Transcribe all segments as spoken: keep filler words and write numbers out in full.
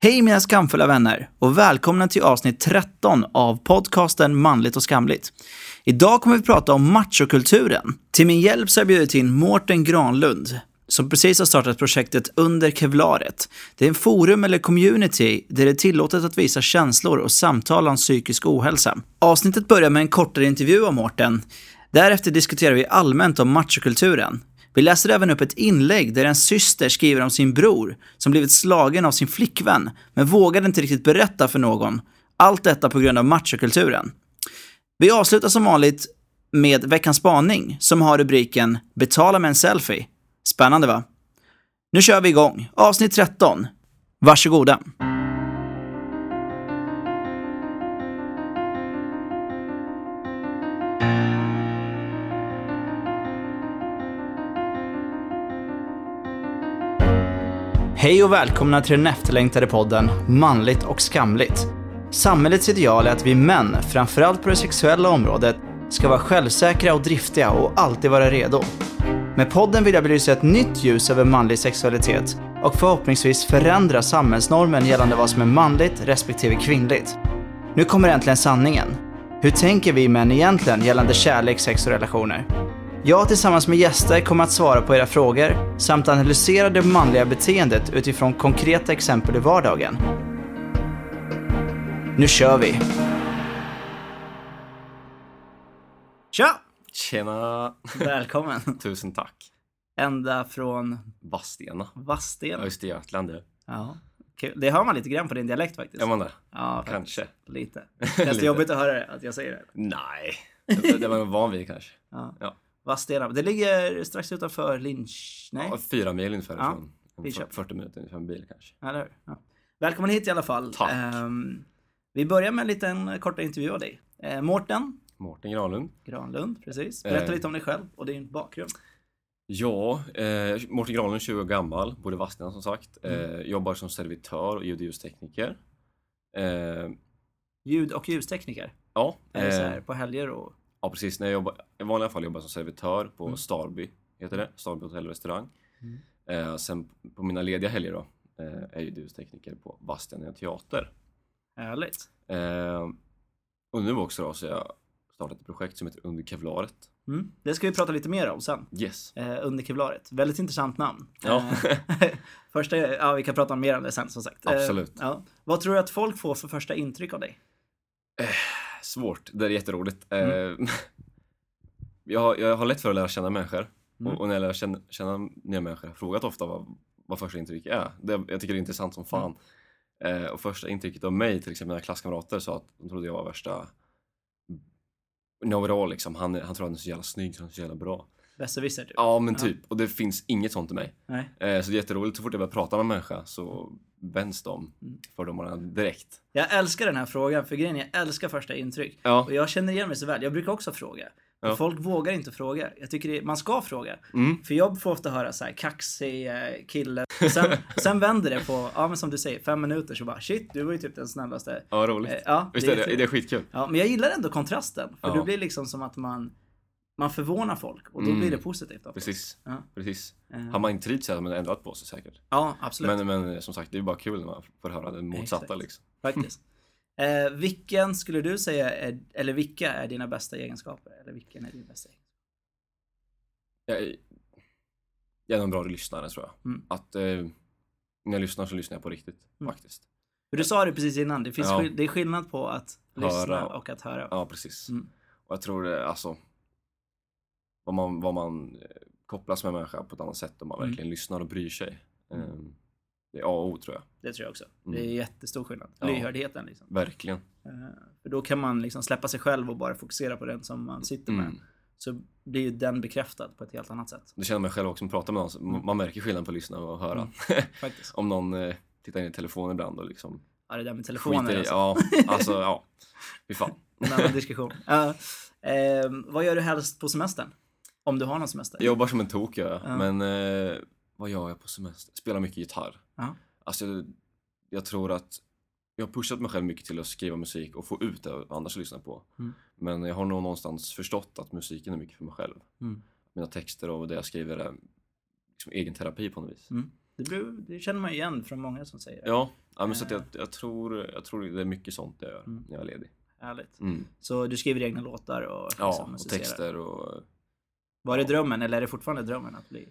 Hej mina skamfulla vänner och välkomna till avsnitt tretton av podcasten Manligt och skamligt. Idag kommer vi prata om machokulturen. Till min hjälp så har jag bjudit in Mårten Granlund som precis har startat projektet Under Kevlaret. Det är en forum eller community där det är tillåtet att visa känslor och samtala om psykisk ohälsa. Avsnittet börjar med en kortare intervju om Mårten. Därefter diskuterar vi allmänt om machokulturen. Vi läser även upp ett inlägg där en syster skriver om sin bror som blivit slagen av sin flickvän men vågade inte riktigt berätta för någon. Allt detta på grund av machokulturen. Vi avslutar som vanligt med veckans spaning som har rubriken Betala med en selfie. Spännande va? Nu kör vi igång. Avsnitt tretton. Varsågoda. Hej och välkomna till den efterlängtade podden Manligt och skamligt. Samhällets ideal är att vi män, framförallt på det sexuella området, ska vara självsäkra och driftiga och alltid vara redo. Med podden vill jag belysa ett nytt ljus över manlig sexualitet och förhoppningsvis förändra samhällsnormen gällande vad som är manligt respektive kvinnligt. Nu kommer äntligen sanningen. Hur tänker vi män egentligen gällande kärlek, sex och relationer? Jag tillsammans med gäster kommer att svara på era frågor samt analysera det manliga beteendet utifrån konkreta exempel i vardagen. Nu kör vi! Tja! Tjena! Välkommen! Tusen tack! Ända från Vadstena. Vadstena? Östergötland. Ja, kul. Det hör man lite grann på din dialekt faktiskt. Är man det? Ja, kanske. Lite. Det är jobbigt att höra det, att jag säger det. Nej, det, det var man van vid kanske. Ja. Ja. Vadstena. Det ligger strax utanför Linch. Nej? Ja, fyra mil ungefär Ja. från fyrtio minuter ungefär en bil kanske. Eller hur? Ja. Välkommen hit i alla fall. Tack. Um, vi börjar med en liten korta intervju av dig. Uh, Mårten Mårten Granlund. Granlund, precis. Berätta Eh. lite om dig själv och din bakgrund. Ja, eh, Mårten Granlund, tjugo år gammal, bor i Vadstena som sagt. Eh, Mm. jobbar som servitör och ljud- och ljustekniker. Eh, Ljud- och ljustekniker. ja, Är det så eh, här på helger och... ja, precis. När jag jobbar, i vanliga fall jobbar jag som servitör på Mm. Starby, heter det. Starby hotell och restaurang. Mm. Eh, sen på mina lediga helger då eh, är ju ljustekniker på Vadstena teater. Härligt. Eh, och nu också då så har jag startat ett projekt som heter Under Kevlaret. Mm. Det ska vi prata lite mer om sen. Yes. Uh, under Kevlaret. Väldigt intressant namn. Ja. Uh, första, ja, vi kan prata mer om det sen som sagt. Uh, Absolut. ja. Vad tror du att folk får för första intryck av dig? Eh, svårt, det är jätteroligt. Mm. Eh, jag, har- jag har lätt för att lära känna människor. Mm. Och, och när jag lär känna, känna nya människor har jag frågat ofta vad, vad första intryck är. Det, jag tycker det är intressant som fan. Eh, och första intrycket av mig, till exempel mina klasskamrater, sa att de trodde jag var värsta know-it-all liksom. Han, han tror att han är så jävla snygg, så han är så jävla bra. Besserwisser typ. Ja, men Ja. typ. Och det finns inget sånt i mig. Nej. Eh, så det är jätteroligt. Så fort jag börjar prata med en människa så vänds de Mm. fördomarna direkt. Jag älskar den här frågan för grejen är, jag älskar första intryck. Ja. Och jag känner igen mig så väl. Jag brukar också fråga. För Ja. folk vågar inte fråga. Jag tycker det, man ska fråga. Mm. För jag får ofta höra så här kaxig eh, kille. Sen, sen vänder det på, ja men som du säger, fem minuter så bara shit, du var ju typ den snällaste. Ja, roligt. Eh, ja, Visst det är är det, det är skitkul. Ja, men jag gillar ändå kontrasten. För Ja. då blir det liksom som att man, man förvånar folk. Och då Mm. blir det positivt. Oftast. Precis. Ja. Precis. Eh, Har man inte trivts så hade man ändrat på sig säkert. Ja, absolut. Men, men som sagt, det är bara kul när man får höra det motsatta Exakt. liksom. Faktiskt. Eh, vilken skulle du säga, är, eller vilka är dina bästa egenskaper? Eller vilken är din bästa egenskap? Jag är, jag är en bra lyssnare tror jag. Mm. Att eh, när jag lyssnar så lyssnar jag på riktigt Mm. faktiskt. För du sa det precis innan, det, finns Ja. skill- det är skillnad på att lyssna Höra. och att höra. Ja, precis. Mm. Och jag tror det, alltså vad man, vad man eh, kopplas med människa på ett annat sätt om man Mm. verkligen lyssnar och bryr sig. Mm. Eh, det är A och O tror jag. Det tror jag också. Mm. Det är jättestor skillnad. Ja. Lyhördheten liksom. Verkligen. Eh, för då kan man liksom släppa sig själv och bara fokusera på den som man sitter med. Mm. Så blir ju den bekräftad på ett helt annat sätt. Det känner man själv också, man pratar med någon, så Mm. man märker skillnad på att lyssna och höra. Mm. Faktiskt. Om någon eh, tittar in i telefonen ibland och liksom Ja, det där med telefoner skiter i, alltså. ja, alltså ja, fy fan. En annan diskussion. Ja. Eh, vad gör du helst på semestern? Om du har någon semester? Jag jobbar som en tok gör jag, Ja. men eh, vad gör jag på semester? Spelar mycket gitarr. Ja. Alltså jag, jag tror att jag har pushat mig själv mycket till att skriva musik och få ut det andra som lyssnar på. Mm. Men jag har nog någonstans förstått att musiken är mycket för mig själv. Mm. Mina texter och det jag skriver är liksom egen terapi på något vis. Mm. Det, beror, det känner man igen från många som säger det. Ja, ja men så att jag, jag, tror, jag tror det är mycket sånt jag gör mm. när jag är ledig. Härligt. Mm. Så du skriver egna låtar och, liksom, ja, och texter och... Var det drömmen eller är det fortfarande drömmen att bli?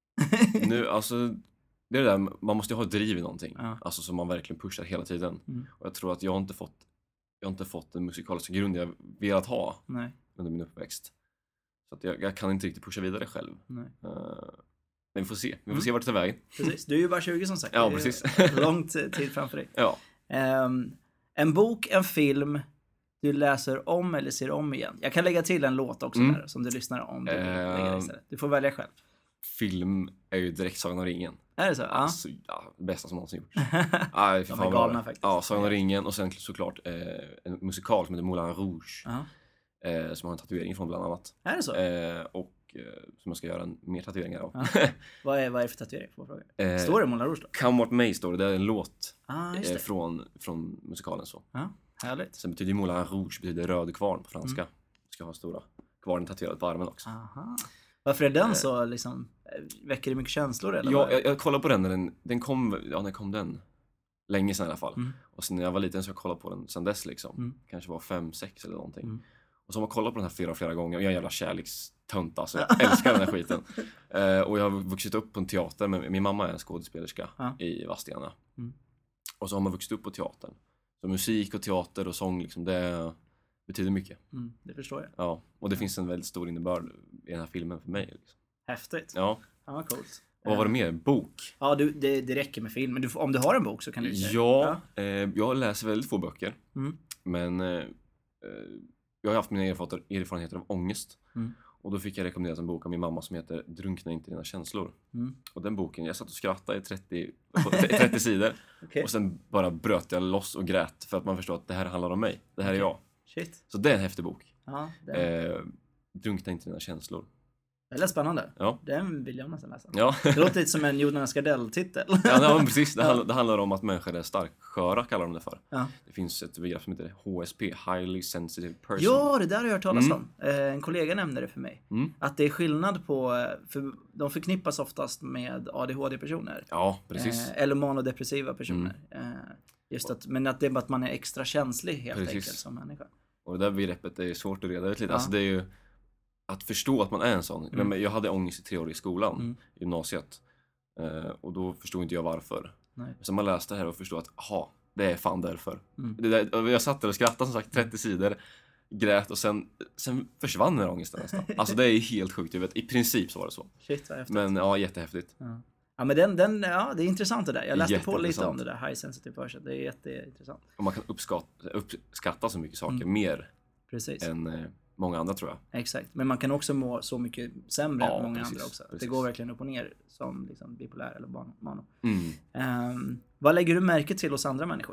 Nu, alltså, det är det där, man måste ju ha driv i någonting. Ja. Alltså som man verkligen pushar hela tiden. Mm. Och jag tror att jag har inte fått, jag har inte fått den musikaliska grund jag velat ha Nej. under min uppväxt. Så att jag, jag kan inte riktigt pusha vidare själv. Nej. Uh, men vi får se, vi får mm. se vart det tar vägen. Precis, du är ju bara tjugo som sagt. Ja, precis. Långt tid framför dig. Ja. Um, en bok, en film du läser om eller ser om igen. Jag kan lägga till en låt också mm. där som du lyssnar om. Du, uh, du får välja själv. Film är ju direkt Sagan om ringen. Är det så? Alltså, ja, det bästa som någonsin gjorts. Aj, De är galna faktiskt. Ja, Sagan om ringen och sen såklart eh, en musikal som heter Moulin Rouge. Uh-huh. eh, som har en tatuering från bland annat. Är det så? Eh, och eh, som jag ska göra en, mer tatueringar av. Uh-huh. vad, är, vad är det för tatuering? Eh, står det Moulin Rouge då? Come What May står det. Det är en låt ah, eh, från, från musikalen så. Uh-huh. Härligt. Sen betyder Moulin Rouge betyder röd kvarn på franska. Mm. Ska ha stora kvarnen tatuerad på armen också. Aha. Varför är den så liksom, väcker det mycket känslor eller? Ja, jag, jag kollade på den när den, den kom, ja när kom den? Länge sedan i alla fall. Mm. Och sen när jag var liten så jag kollade på den sen dess liksom. Mm. Kanske var fem, sex eller någonting. Mm. Och så har man kollat på den här flera, flera gånger och jag är en jävla kärlekstönt alltså. Jag älskar den här skiten. Uh, och jag har vuxit upp på en teater, med, min mamma är en skådespelerska ja. i Vadstena. Mm. Och så har man vuxit upp på teatern. Så musik och teater och sång liksom, det betyder mycket. Mm, det förstår jag. Ja, och det finns en väldigt stor innebörd i den här filmen för mig. Liksom. Häftigt. Ja. Ja, vad coolt. Och vad var det mer? Bok? Ja, du, det, det räcker med film. Men du, om du har en bok så kan du säga. Ja, ja. Eh, jag läser väldigt få böcker. Mm. Men eh, jag har haft mina erfarenheter av ångest. Mm. Och då fick jag rekommenderat en bok av min mamma som heter Drunkna inte dina känslor. Mm. Och den boken, jag satt och skrattade i trettio, trettio sidor. Okay. Och sen bara bröt jag loss och grät. För att man förstår att det här handlar om mig. Det här okay. är jag. Shit. Så det är en häftig bok. Ja, eh, Drunkna inte dina känslor. Väldigt spännande. Ja. Den vill jag nästan läsa. Ja. Det låter lite som en Jonas Gardell-titel. Ja, ja, precis. Det handlar, det handlar om att människor är starksköra, kallar de det för. Ja. Det finns ett begrepp som heter H S P, Highly Sensitive Person. Ja, det där har jag hört talas mm. om. Eh, en kollega nämnde det för mig. Mm. Att det är skillnad på, för de förknippas oftast med A D H D-personer. Ja, precis. Eh, eller manodepressiva personer. Mm. Eh, just att, men att det är bara att man är extra känslig helt precis. enkelt som människa. Och det där begreppet är svårt att reda ut lite. Ja. Alltså det är ju att förstå att man är en sån. Mm. Men jag hade ångest i tre år i skolan, mm. i gymnasiet. Eh, och då förstod inte jag varför. Nej. Så man läste det här och förstod att, aha, det är fan därför. Mm. Det där, jag satt där och skrattade som sagt trettio sidor, grät och sen, sen försvann den ångesten nästan. Alltså det är helt sjukt, jag vet. I princip så var det så. Shit, vad häftigt. Men ja, jättehäftigt. Ja. Ja, men den, den, ja, det är intressant det där. Jag läste på lite om det där high sensitive person. Det är jätteintressant. Och man kan uppskatta, uppskatta så mycket saker mm. mer precis. än eh, många andra tror jag. Exakt, men man kan också må så mycket sämre ja, än många precis, andra också. Precis. Det går verkligen upp och ner som liksom bipolär eller mano. Mm. Um, vad lägger du märke till hos andra människor?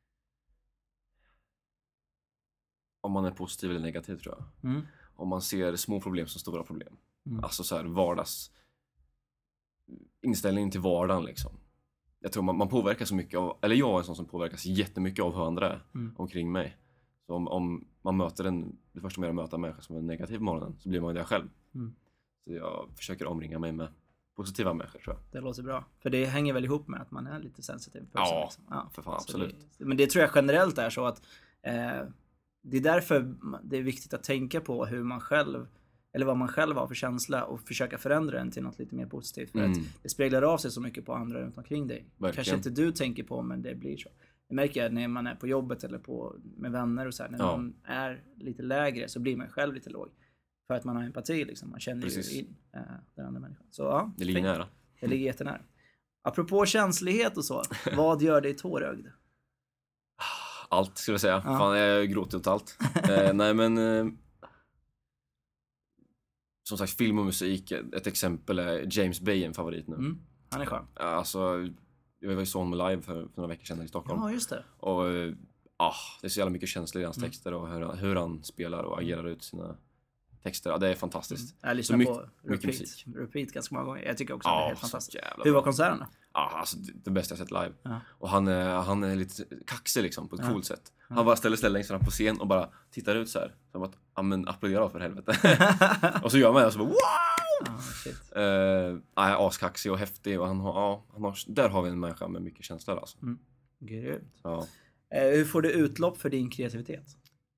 Om man är positiv eller negativ tror jag. Mm. Om man ser små problem som stora problem. Mm. Alltså så här vardags inställningen till vardagen liksom. Jag tror man, man påverkas så mycket av, eller jag är en sån som påverkas jättemycket av hur andra är mm. omkring mig. Så om, om man möter en, det första man gör att möta en människa som är negativ på morgonen så blir man det själv. Mm. Så jag försöker omringa mig med positiva människor tror jag. Det låter bra. För det hänger väl ihop med att man är lite sensitiv person. Ja, liksom. Ja, för fan, absolut. Det, men det tror jag generellt är så att eh, det är därför det är viktigt att tänka på hur man själv, eller vad man själv har för känsla och försöka förändra den till något lite mer positivt. För mm. att det speglar av sig så mycket på andra runt omkring dig. Verkligen. Kanske inte du tänker på, men det blir så. Det märker jag när man är på jobbet eller på, med vänner och så här. När ja. man är lite lägre så blir man själv lite låg. För att man har empati liksom. Man känner Precis. ju in äh, den andra människan. Så ja, det ligger fint. nära. Det ligger jättenära. Apropå känslighet och så. Vad gör dig tårögd? Allt skulle jag säga. Ja. Fan, jag gråter åt allt. eh, nej men eh, som sagt, film och musik. Ett exempel är James Bay, en favorit nu. Mm. Han är skön. Alltså, jag var ju så honom live för, för några veckor sedan i Stockholm. Ja, just det. Och ah, det är så jävla mycket känslor i hans Mm. texter och hur, hur han spelar och agerar ut sina texter. Ja, det är fantastiskt. Mm. Jag lyssnar så på mycket, repeat, mycket musik. repeat ganska många gånger. Jag tycker också Ja, att det är helt så fantastiskt. jävla Hur var bra. konserten då? Ja, alltså det, det bästa jag sett live. Ja. Och han är, han är lite kaxig liksom på ett Ja. coolt sätt. Ja. Han bara ställer sig längst fram på scen och bara tittar ut så här. Som att, ja men applådera för helvete. Och så gör man det och så bara wow! Ah, shit. uh, är askaxig och häftig och han har, ja, han har, där har vi en människa med mycket känslor alltså. Mm. Grymt. Ja. Uh, hur får du utlopp för din kreativitet?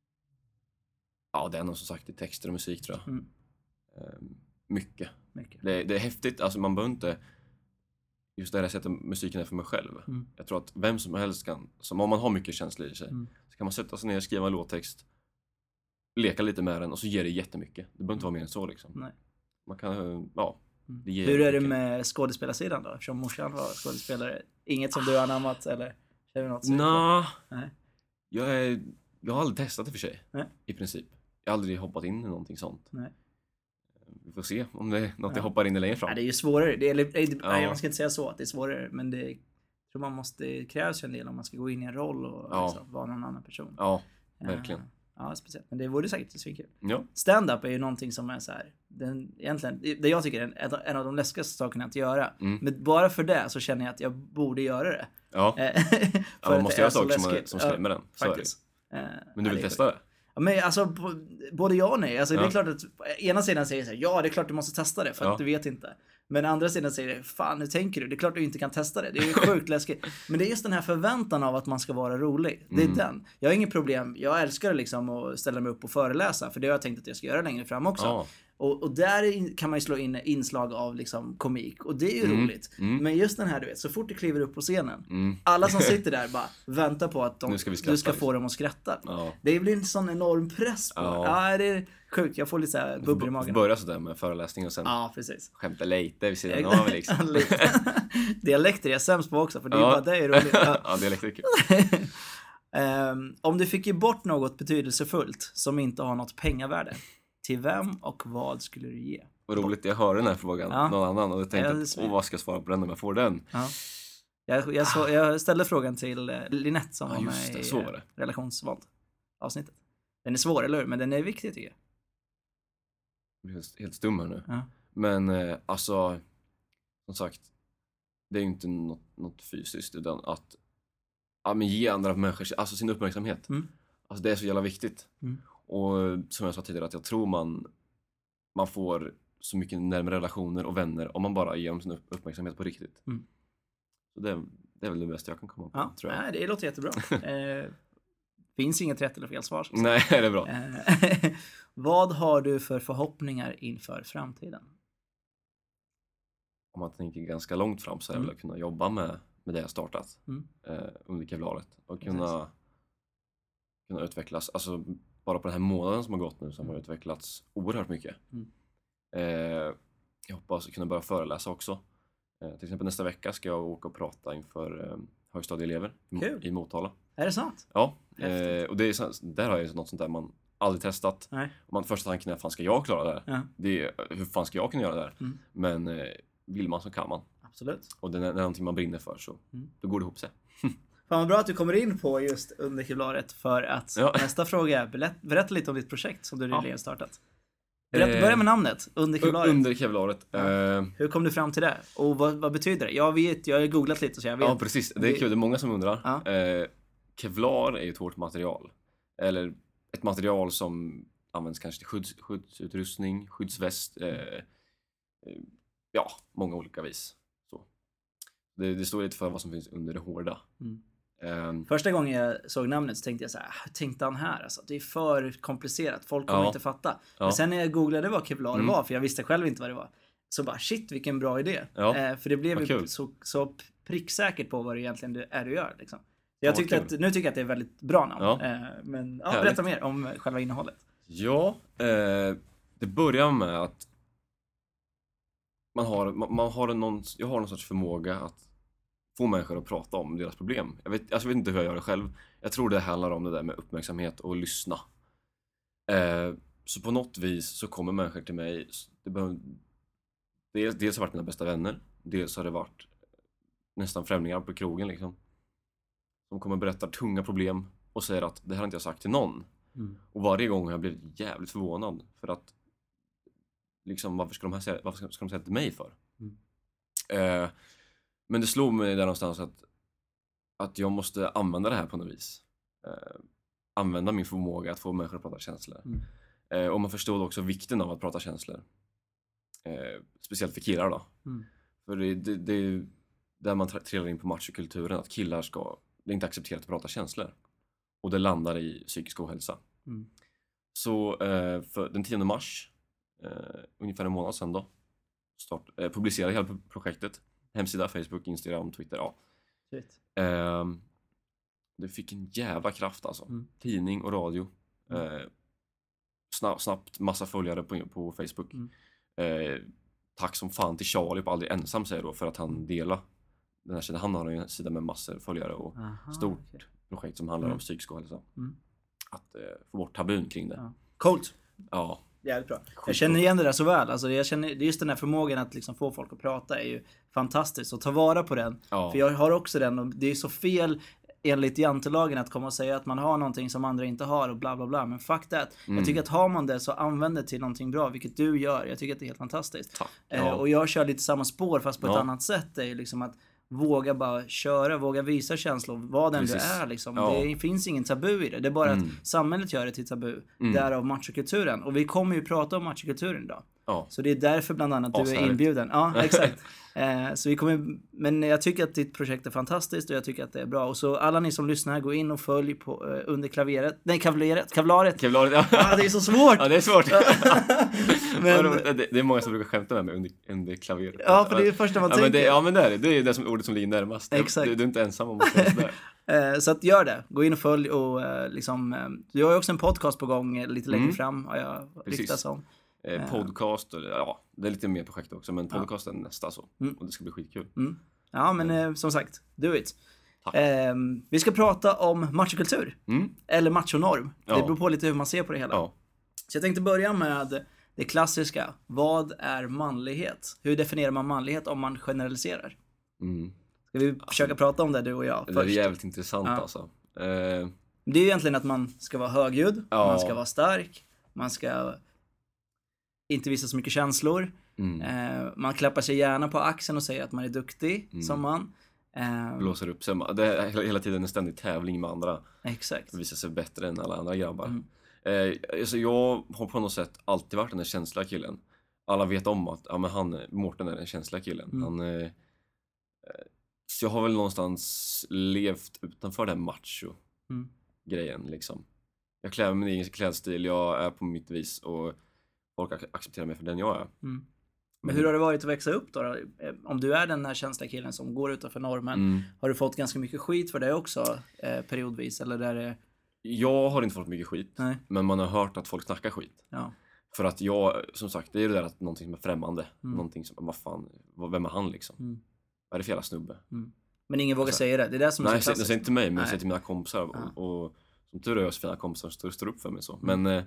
Ja, det är nog som sagt i texter och musik tror jag. Mm. Uh, mycket. Mycket. Det, det är häftigt, alltså man behöver inte just det här sättet musiken är för mig själv. Mm. Jag tror att vem som helst kan, som om man har mycket känslor i sig, Mm. så kan man sätta sig ner, skriva en låttext, leka lite med den och så ger det jättemycket. Det behöver inte vara mer än så liksom. Nej. Man kan, ja. Det ger Hur är det mycket. med skådespelarsidan då? Eftersom morsan var skådespelare. Inget som du har anammat eller känner du något? Nå, Nej. jag, är, jag har aldrig testat det för sig. Nej. I princip. Jag har aldrig hoppat in i någonting sånt. Nej. Vi får se om det är något Ja. jag hoppar in i längre fram. Nej, det är ju svårare. Det är, eller, nej, Ja. man ska inte säga så att det är svårare. Men det, jag tror man måste, det krävs ju en del om man ska gå in i en roll och Ja. liksom, vara någon annan person. Ja, verkligen. Ja, ja, speciellt. Men det vore säkert svinkul. Ja. Stand-up är ju någonting som är så här, den, egentligen, det jag tycker är en, en av de läskigaste sakerna att göra. Mm. Men bara för det så känner jag att jag borde göra det. Ja. Eh, för Ja, att man måste det är göra så saker som, läskigt. som skrämmer den. Så är det. Faktiskt. Eh, Men du ja, vill det är testa det? Ja, men alltså, b- både ja och nej. Alltså, det är Ja. klart att ena sidan säger så här, ja det är klart du måste testa det för att Ja. du vet inte. Men andra sidan säger, fan hur tänker du? Det är klart du inte kan testa det. Det är ju sjukt läskigt. Men det är just den här förväntan av att man ska vara rolig. Det är Mm. den. Jag har inget problem. Jag älskar liksom att ställa mig upp och föreläsa. För det har jag tänkt att jag ska göra längre fram också. Ja. Och, och där kan man ju slå in inslag av liksom komik. Och det är ju Mm. roligt. Mm. Men just den här, du vet, så fort du kliver upp på scenen. Mm. Alla som sitter där bara väntar på att de, Nu ska vi skratta, du ska få liksom. dem att skratta. Ja. Det blir en sån enorm press på. Ja, Ja. det är sjukt. Jag får lite så här bubblor i magen. Börja sådär med föreläsning och sen Ja, precis. skämta lite vid sidan av liksom. Lite. Dialekter är jag sämst på också, för det är Ja. bara det är roligt. Ja. Ja, det är lite kul. Ehm, om du fick ge bort något betydelsefullt som inte har något pengavärde, till vem och vad skulle du ge? Vad roligt, jag hör den här frågan Ja. någon annan och jag Ja, tänkte det är att, så. åh, vad ska jag svara på den om jag får den? Ja. Jag, jag, så, jag ställde frågan till eh, Linette som Ja, var just med det, i så var eh, det. relationsvåld avsnittet. Den är svår, eller hur? Men den är viktig tycker jag. Jag blir helt, helt stum här nu. Ja. Men eh, alltså, som sagt, det är ju inte något, något fysiskt utan att ja, men ge andra människor alltså sin uppmärksamhet. Mm. Alltså det är så jävla viktigt. Mm. Och som jag sa tidigare, att jag tror man, man får så mycket närmare relationer och vänner om man bara ger dem sin upp- uppmärksamhet på riktigt. Mm. Så det, det är väl det bästa jag kan komma på, Ja, tror jag. nej, det låter jättebra. eh, finns inget rätt eller fel svar. Nej, det är bra. Eh, vad har du för förhoppningar inför framtiden? Om man tänker ganska långt fram så är det Mm. väl att kunna jobba med, med det jag startat Mm. eh, under kevlaret och Precis. kunna, kunna utvecklas. Alltså bara på den här månaden som har gått nu så har man utvecklats oerhört mycket. Mm. Eh, jag hoppas kunna börja föreläsa också. Eh, till exempel nästa vecka ska jag åka och prata inför eh, högstadieelever i, Kul. i Motala. Är det sant? Ja, Häftigt. eh, och det är, så- där har jag ju något sånt där man aldrig testat. Nej. Och man, första tanken är, fan ska jag klara det här? Ja, Det är, hur fan ska jag kunna göra det här? Mm. Men eh, vill man så kan man. absolut. Och det är, det är någonting man brinner för så Mm. då går det ihop sig. Fan vad bra att du kommer in på just under kevlaret för att Ja. nästa fråga är berätta, berätta lite om ditt projekt som du Ja. nyligen startat. Berätta, Eh, börja med namnet, under kevlaret. Under kevlaret. Ja. Eh, Hur kom du fram till det? Och vad, vad betyder det? Jag vet, jag har googlat lite så jag vet. ja, precis. Det är Det- kul. Det är många som undrar. Ja. Eh, kevlar är ju ett hårt material. Eller ett material som används kanske till skydds, skyddsutrustning, skyddsväst. Eh, eh, ja, många olika vis. Så. Det, det står lite för vad som finns under det hårda. Mm. Eh, Första gången jag såg namnet så tänkte jag så här, hur tänkte han här? Alltså, det är för komplicerat, folk kommer Ja. inte fatta. Ja. Men sen när jag googlade vad kevlar Mm. var, för jag visste själv inte vad det var. Så bara, shit vilken bra idé. Ja. Eh, för det blev Vad ju kul. så, så pricksäkert på vad det egentligen du- är du gör. Liksom. Så Ja, jag vad tyckte kul. att, nu tycker jag att det är väldigt bra namn. Ja. Eh, men ja, Härligt. berätta mer om själva innehållet. Ja, eh, det börjar med att man har, man, man har någon, jag har någon sorts förmåga att få människor att prata om deras problem. Jag vet, alltså jag vet inte hur jag gör det själv. Jag tror det handlar om det där med uppmärksamhet och lyssna. Eh, så på något vis så kommer människor till mig. Det behöver, dels, dels har det varit mina bästa vänner. Dels har det varit nästan främlingar på krogen liksom. De kommer och berättar tunga problem och säger att det här har inte jag sagt till någon. Mm. Och varje gång har jag blivit jävligt förvånad för att liksom varför ska de här säga, varför ska, ska de säga till mig för? Mm. Eh, men det slog mig där någonstans att att jag måste använda det här på något vis. Eh, använda min förmåga att få människor att prata känslor. Mm. Eh, och man förstod också vikten av att prata känslor. Eh, speciellt för killar då. Mm. För det, det, det är där man tra- trillar in på machokulturen, att killar ska, det är inte accepterat att prata känslor. Och det landar i psykisk ohälsa. Mm. Så eh, för den tionde mars, eh, ungefär en månad sedan då, start, eh, publicerade hela projektet. Hemsida, Facebook, Instagram, Twitter, ja. Eh, det fick en jävla kraft alltså. Mm. Tidning och radio. Eh, snabbt, snabbt massa följare på, på Facebook. Mm. Eh, tack som fan till Charlie på Aldrig Ensam, säger då, för att han delar den här sidan. Han har en sida med massor följare och Aha, stort okay. projekt som handlar Mm. om psykisk ohälsa. Mm. Att eh, få bort tabun kring det. Ja. Coolt. Ja. Jävligt bra. Jag känner igen det där så väl. Alltså jag känner, det är just den här förmågan att liksom få folk att prata är ju fantastiskt. Och ta vara på den. Ja. För jag har också den och det är så fel enligt jantelagen att komma och säga att man har någonting som andra inte har och bla bla bla. Men fuck that. Mm. Jag tycker att har man det så använd det till någonting bra, vilket du gör. Jag tycker att det är helt fantastiskt. Tack. Eh, Ja. och jag kör lite samma spår fast på ett Ja. annat sätt. Det är ju liksom att våga bara köra, våga visa känslor, vad den Precis. du är liksom. Ja. Det finns ingen tabu i det. Det är bara Mm. att samhället gör det till tabu. Mm. Därav machokulturen. Och vi kommer ju prata om machokulturen idag. Ja. Så det är därför bland annat du är Ashärligt. inbjuden. Ja, exakt. eh, så vi kommer, men jag tycker att ditt projekt är fantastiskt och jag tycker att det är bra. Och så alla ni som lyssnar, gå in och följ på, eh, under klaveret. Nej, kavleret. Kavlaret. Kevlaret, ja. Ah, det är så svårt! Ja, det är svårt. Men- men, det, det är många som brukar skämta med mig under, under klaveret. Ja, för det är det första man ja, men det, tänker. ja, men det är det. Det är det som ordet som ligger närmast. Exakt. Du, du är inte ensam om att säga sådär. Eh, så att gör det. Gå in och följ och eh, liksom, eh, du har ju också en podcast på gång eh, lite längre Mm. fram har jag Precis. ryktats om. Eh, podcast, eller, ja, det är lite mer projekt också, men podcast är nästa så. Mm. Och det ska bli skitkul. Mm. Ja, men eh, som sagt, do it. Tack. Eh, vi ska prata om machokultur. Mm. Eller machonorm. Det Ja. beror på lite hur man ser på det hela. Ja. Så jag tänkte börja med det klassiska. Vad är manlighet? Hur definierar man manlighet om man generaliserar? Mm. Ska vi försöka prata om det du och jag Det är först? jävligt intressant Ja. alltså. Eh, Det är ju egentligen att man ska vara högljudd, Ja. man ska vara stark, man ska inte visa så mycket känslor. mm. Eh, man klappar sig gärna på axeln och säger att man är duktig Mm. som man. Eh, Blåser upp sig. Det är hela- hela tiden en ständig tävling med andra. exakt. Visa sig bättre än alla andra grabbar. Mm. Eh, alltså jag har på något sätt alltid varit den där känsliga killen. Alla vet om att ja, men han, Mårten är den känsliga killen. Mm. Han, eh, eh, så jag har väl någonstans levt utanför den macho-grejen Mm. liksom. Jag klär mig med min egen klädstil, jag är på mitt vis och folk ac- accepterar mig för den jag är. Mm. Men hur har det varit att växa upp då, då? Eh, Om du är den här känsliga killen som går utanför normen, Mm. har du fått ganska mycket skit för det också eh, periodvis? Eller där det... Jag har inte fått mycket skit, Nej. men man har hört att folk snackar skit. Ja. För att jag, som sagt, det är det där att någonting som är främmande. Mm. Någonting som, vad fan, vad- vem är han liksom? Mm. Vad är det för jävla snubbe? Men ingen vågar Alltså, säga det. Det är det som är Nej, så jag säger klassiskt. inte till mig, men Nej. jag säger till mina kompisar. Och, Ja. och som tur är jag så fina kompisar som står, står upp för mig så. Mm. Men, eh,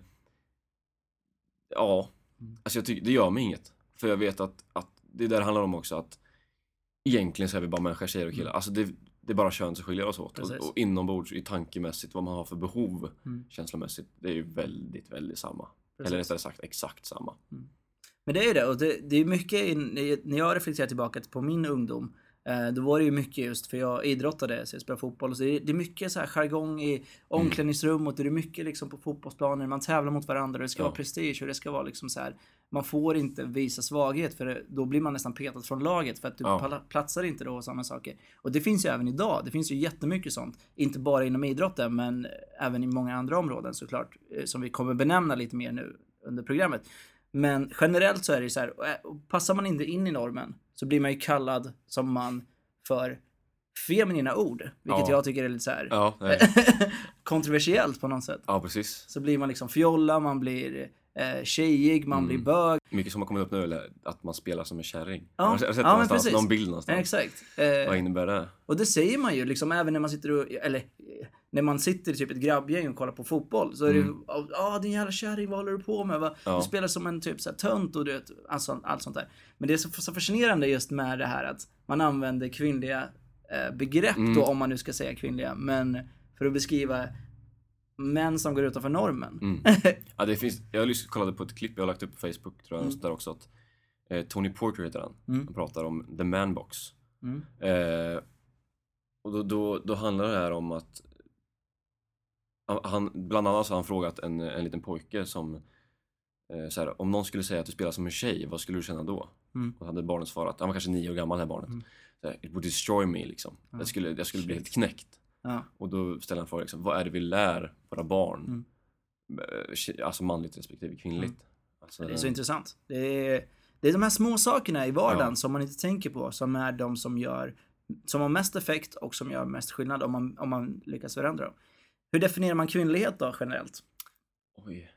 ja, Mm. alltså jag tycker, det gör mig inget. För jag vet att, att det där handlar om också att egentligen så är vi bara människor, tjejer och killar. Mm. Alltså det, det är bara kön som skiljer oss åt. Precis. Och, och inombords, i tankemässigt, vad man har för behov Mm. känslomässigt, det är ju väldigt, väldigt samma. Precis. Eller rättare sagt, exakt samma. Men det är ju det, och det, det är mycket, in, när jag reflekterar tillbaka på min ungdom, eh, då var det ju mycket just, för jag idrottade, så jag spelade fotboll, och så det, är, det är mycket så här jargong i omklädningsrummet, och det är mycket liksom på fotbollsplaner, man tävlar mot varandra, och det ska Ja. vara prestige, och det ska vara liksom så här, man får inte visa svaghet, för det, då blir man nästan petad från laget, för att du Ja. pala- platsar inte då och sådana saker. Och det finns ju även idag, det finns ju jättemycket sånt, inte bara inom idrotten, men även i många andra områden såklart, eh, som vi kommer benämna lite mer nu under programmet. Men generellt så är det ju så här, och passar man inte in i normen så blir man ju kallad som man för feminina ord, vilket Ja. jag tycker är lite så här Ja, nej. kontroversiellt på något sätt. Ja, precis. Så blir man liksom fjolla, man blir eh, tjejig, man Mm. blir bög. Mycket som har kommit upp nu är att man spelar som en kärring. Ja. Jag har sett Ja, men någonstans, precis. någon bild någonstans. Ja, exakt. Eh, Vad innebär det? och det säger man ju liksom även när man sitter och, eller eh, när man sitter i typ ett grabbgäng och kollar på fotboll, så är det ju, Mm. ja ah, din jävla kärring, vad håller du på med? Va? Ja. Du spelar som en typ så här tönt och du vet, alltså, allt sånt där. Men det är så, så fascinerande just med det här att man använder kvinnliga eh, begrepp Mm. då, om man nu ska säga kvinnliga, men för att beskriva män som går utanför normen. Mm. Ja, det finns, jag har lyssnat, kollade på ett klipp jag har lagt upp på Facebook, tror jag, Mm. där också att eh, Tony Porter heter han. Mm. Han pratar om the man box. Mm. Eh, och då, då, då handlar det här om att han, bland annat så har han frågat en, en liten pojke som eh, så här, om någon skulle säga att du spelar som en tjej, vad skulle du känna då? Mm. Och hade barnet svarat, han var kanske nio år gammal, det här barnet. Mm. Så här, it would destroy me liksom. Ja. Jag skulle, jag skulle bli Shit. helt knäckt. Ja. Och då ställer han frågan liksom, vad är det vi lär våra barn? Mm. Eh, Alltså manligt respektive kvinnligt. Mm. Alltså, Det är så intressant. Det är, det är de här små sakerna i vardagen Ja. som man inte tänker på, som är de som gör som har mest effekt och som gör mest skillnad om man, om man lyckas förändra dem. Hur definierar man kvinnlighet då generellt? Oj.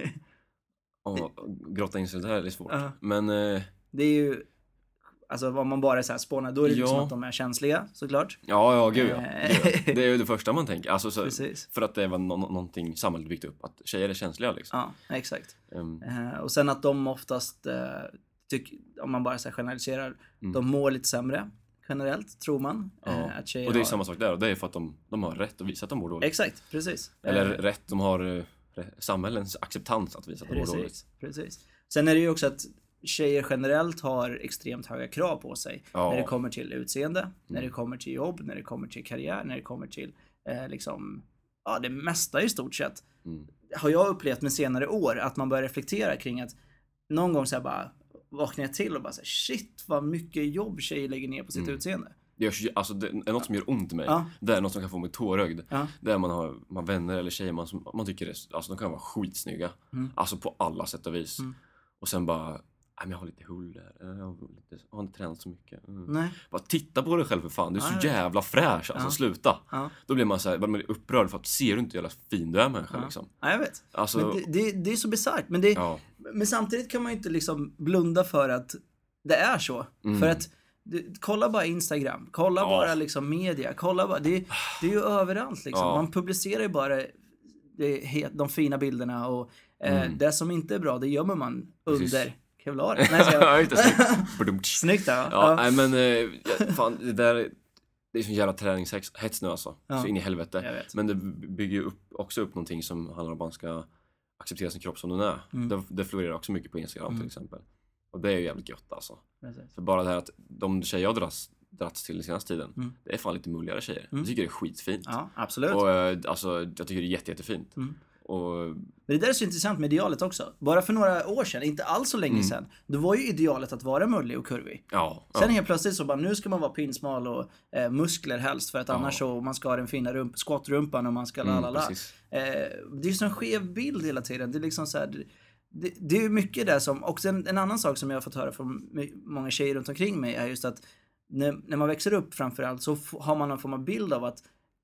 Oh, grotta in sig det här är svårt. Ja. Men eh, Det är ju, alltså om man bara är så här spånar, då är det Ja. liksom att de är känsliga, såklart. ja, ja, gud ja. Eh. Gud, ja. Det är ju det första man tänker. Alltså, så, Precis. för att det var no- någonting samhället byggt upp. Att tjejer är känsliga liksom. Ja, exakt. Ehm, Eh, och sen att de oftast, eh, tyck, om man bara så här generaliserar, Mm. de mår lite sämre generellt, tror man. ja. Eh, att tjejer Och det är har... samma sak där. Och det är för att de, de har rätt att visa att de mår dåligt. Exakt, precis. Eller Eh, rätt, de har eh, re- samhällens acceptans att visa att de mår dåligt. Precis, precis. Sen är det ju också att tjejer generellt har extremt höga krav på sig. Ja. När det kommer till utseende, Mm. när det kommer till jobb, när det kommer till karriär, när det kommer till eh, liksom, ja, det mesta i stort sett. Mm. Har jag upplevt med senare år att man börjar reflektera kring att någon gång så här bara vaknar jag till och bara så här, shit vad mycket jobb tjejer lägger ner på sitt Mm. utseende. Det, görs, ju- alltså, det är något som gör ont i mig. Ja. Det är något som kan få mig tårögd. Ja. Där man har, man har vänner eller tjejer man, som, man tycker är, alltså, de kan vara skitsnygga. Mm. Alltså på alla sätt och vis. Mm. Och sen bara, nej men jag har lite hull där. Jag har, lite, jag har inte tränat så mycket. Mm. Nej. Bara titta på dig själv för fan. Du är Ja, så jag vet. jävla fräsch. Alltså Ja. sluta. Ja. Då blir man så här, man blir upprörd för att ser du inte hur jävla fin du är människa Ja. liksom. Ja, jag vet. Alltså, Men det, det, det är så bisarrt. Men, det, ja. men samtidigt kan man ju inte liksom blunda för att det är så. Mm. För att du, kolla bara Instagram, kolla Ja. bara liksom media, kolla bara, det, det är ju överallt liksom. Ja. Man publicerar ju bara det, he- de fina bilderna och eh, Mm. det som inte är bra, det gömmer man Precis. under kevlar. Nej, så jag, Ja, inte snyggt. Badumtsch. snyggt där, va? Ja, Ja. nej men eh, ja, fan, det där det är sån jävla träningshets nu alltså. Ja. Så in i helvete. Jag vet. Men det bygger ju upp, också upp någonting som handlar om att man ska acceptera sin kropp som den är. Mm. Det, det florerar också mycket på Instagram Mm. till exempel. Och det är ju jävligt gött alltså. Precis. För bara det här att de tjejer jag dras, drats till den senaste tiden, Mm. det är fan lite mulligare tjejer. Mm. Jag tycker det är skitfint. Ja, absolut. Och eh, alltså, jag tycker det är jätte, jättefint. Mm. Och Men det där är så intressant med idealet också. Bara för några år sedan, inte alls så länge Mm. sedan, då var ju idealet att vara mullig och kurvig. ja, Sen ja. helt plötsligt så bara, nu ska man vara pinsmal och eh, muskler helst för att Ja. annars så, man ska ha den fina rump, skottrumpan och man ska la la la. precis. Eh, det är ju sån skev bild hela tiden. Det är liksom så här, det, det, det är ju mycket där som, och sen en annan sak som jag har fått höra från my- många tjejer runt omkring mig är just att när, när man växer upp framförallt så f- har man någon form av bild av att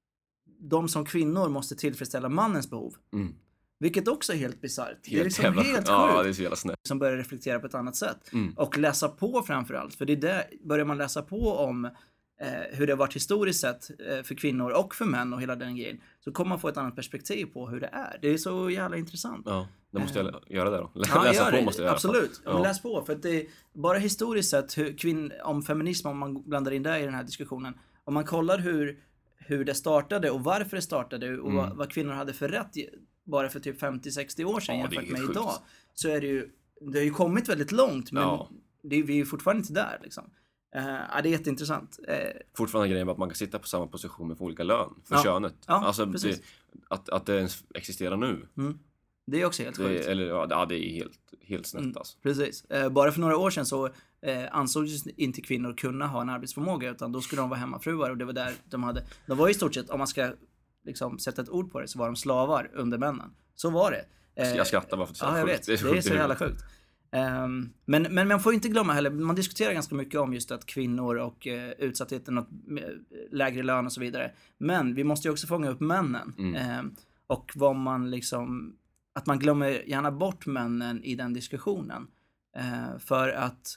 de som kvinnor måste tillfredsställa mannens behov. Mm. Vilket också är helt bisarrt. Det är Helt liksom jävla, helt ja, sjukt. det är så jävla snett. Som börjar reflektera på ett annat sätt. Mm. Och läsa på framförallt. För det är där, börjar man läsa på om eh, hur det har varit historiskt sett eh, för kvinnor och för män och hela den grejen. Så kommer man få ett annat perspektiv på hur det är. Det är så jävla intressant. Ja, det måste jag göra det då. Lä- Ja, Läsa gör på det. måste jag göra. Absolut. Ja. Men Ja. läs på. För att det är bara historiskt sett hur kvinn, om feminism, om man blandar in det i den här diskussionen. Om man kollar hur, hur det startade och varför det startade och Mm. vad, vad kvinnor hade för rätt i- bara för typ femtio sextio år sedan Ja, det är jämfört med helt idag. sjukt. Så är det ju, det har ju kommit väldigt långt men Ja. det, vi är ju fortfarande inte där liksom. Uh, ja, det är jätteintressant. Uh, Fortfarande grejen med att man kan sitta på samma position med olika lön för Ja. könet. Ja, alltså det, precis. att, att det ens existerar nu. mm. Det är också helt Det, sjukt. eller, ja, det- ja, det är helt, helt snett Mm. alltså. Precis. Eh, bara för några år sedan så eh, ansågs inte kvinnor kunna ha en arbetsförmåga utan då skulle de vara hemmafruar och det var där de hade, de var i stort sett, om man ska liksom sätta ett ord på det, så var de slavar under männen. Så var det. Eh, Jag skrattar bara för att det är så Ja, jag sjukt. vet. Det är så, jävla sjukt. Um, men, men man får inte glömma heller, man diskuterar ganska mycket om just att kvinnor och uh, utsattheten och uh, lägre lön och så vidare. Men vi måste ju också fånga upp männen. Mm. Um, och vad man liksom, att man glömmer gärna bort männen i den diskussionen. Uh, för att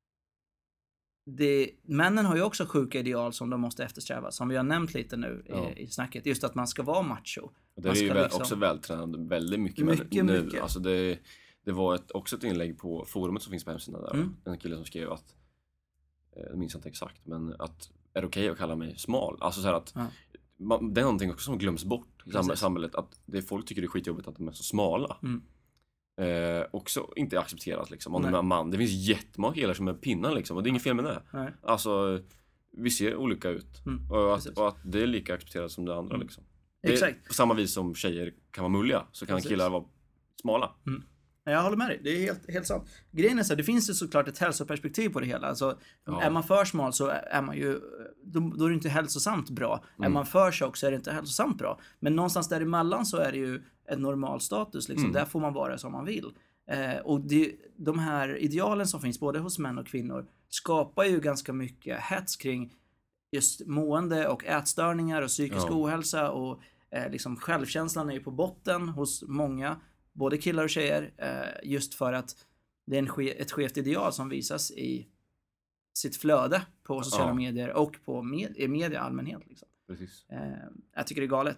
det, männen har ju också sjuka ideal som de måste eftersträva, som vi har nämnt lite nu Ja. i, i snacket. Just att man ska vara macho. Och det Man är ju ska väl, liksom- också vältränad väldigt mycket, Mycket, men nu. mycket. Alltså det, det var ett, också ett inlägg på forumet som finns på hemsidan där. Mm. En kille som skrev att, eh, jag minns inte exakt, men att är det okej att kalla mig smal? Alltså så här att Ja. man, det är någonting också som glöms bort i sam- Precis. samhället. Att det, folk tycker det är skitjobbigt att de är så smala. Mm. Eh, också inte accepterat liksom. Om Nej. de är man. Det finns jättemånga killar som är pinnar liksom. Och det är inget fel med det. Nej. Alltså, vi ser olika ut. Mm. Och, att, Precis. och att det är lika accepterat som det andra Mm. liksom. Det är Exakt. på samma vis som tjejer kan vara mulliga så kan Precis. killar vara smala. Mm. Jag håller med dig, det är helt, helt sant. Grejen är så här, det finns ju såklart ett hälsoperspektiv på det hela. Alltså, ja. Är man för smal så är man ju, då, då är det inte hälsosamt bra. Mm. Är man för tjock så är det inte hälsosamt bra. Men någonstans däremellan så är det ju en normal status. Liksom. Mm. Där får man vara som man vill. Eh, och det, de här idealen som finns både hos män och kvinnor skapar ju ganska mycket hets kring just mående och ätstörningar och psykisk ja. ohälsa. Och eh, liksom självkänslan är ju på botten hos många. Både killar och tjejer, eh, just för att det är en ske- ett skevt ideal som visas i sitt flöde på sociala ja. medier och på med- i media i allmänhet. Liksom. Precis. Eh, jag tycker det är galet.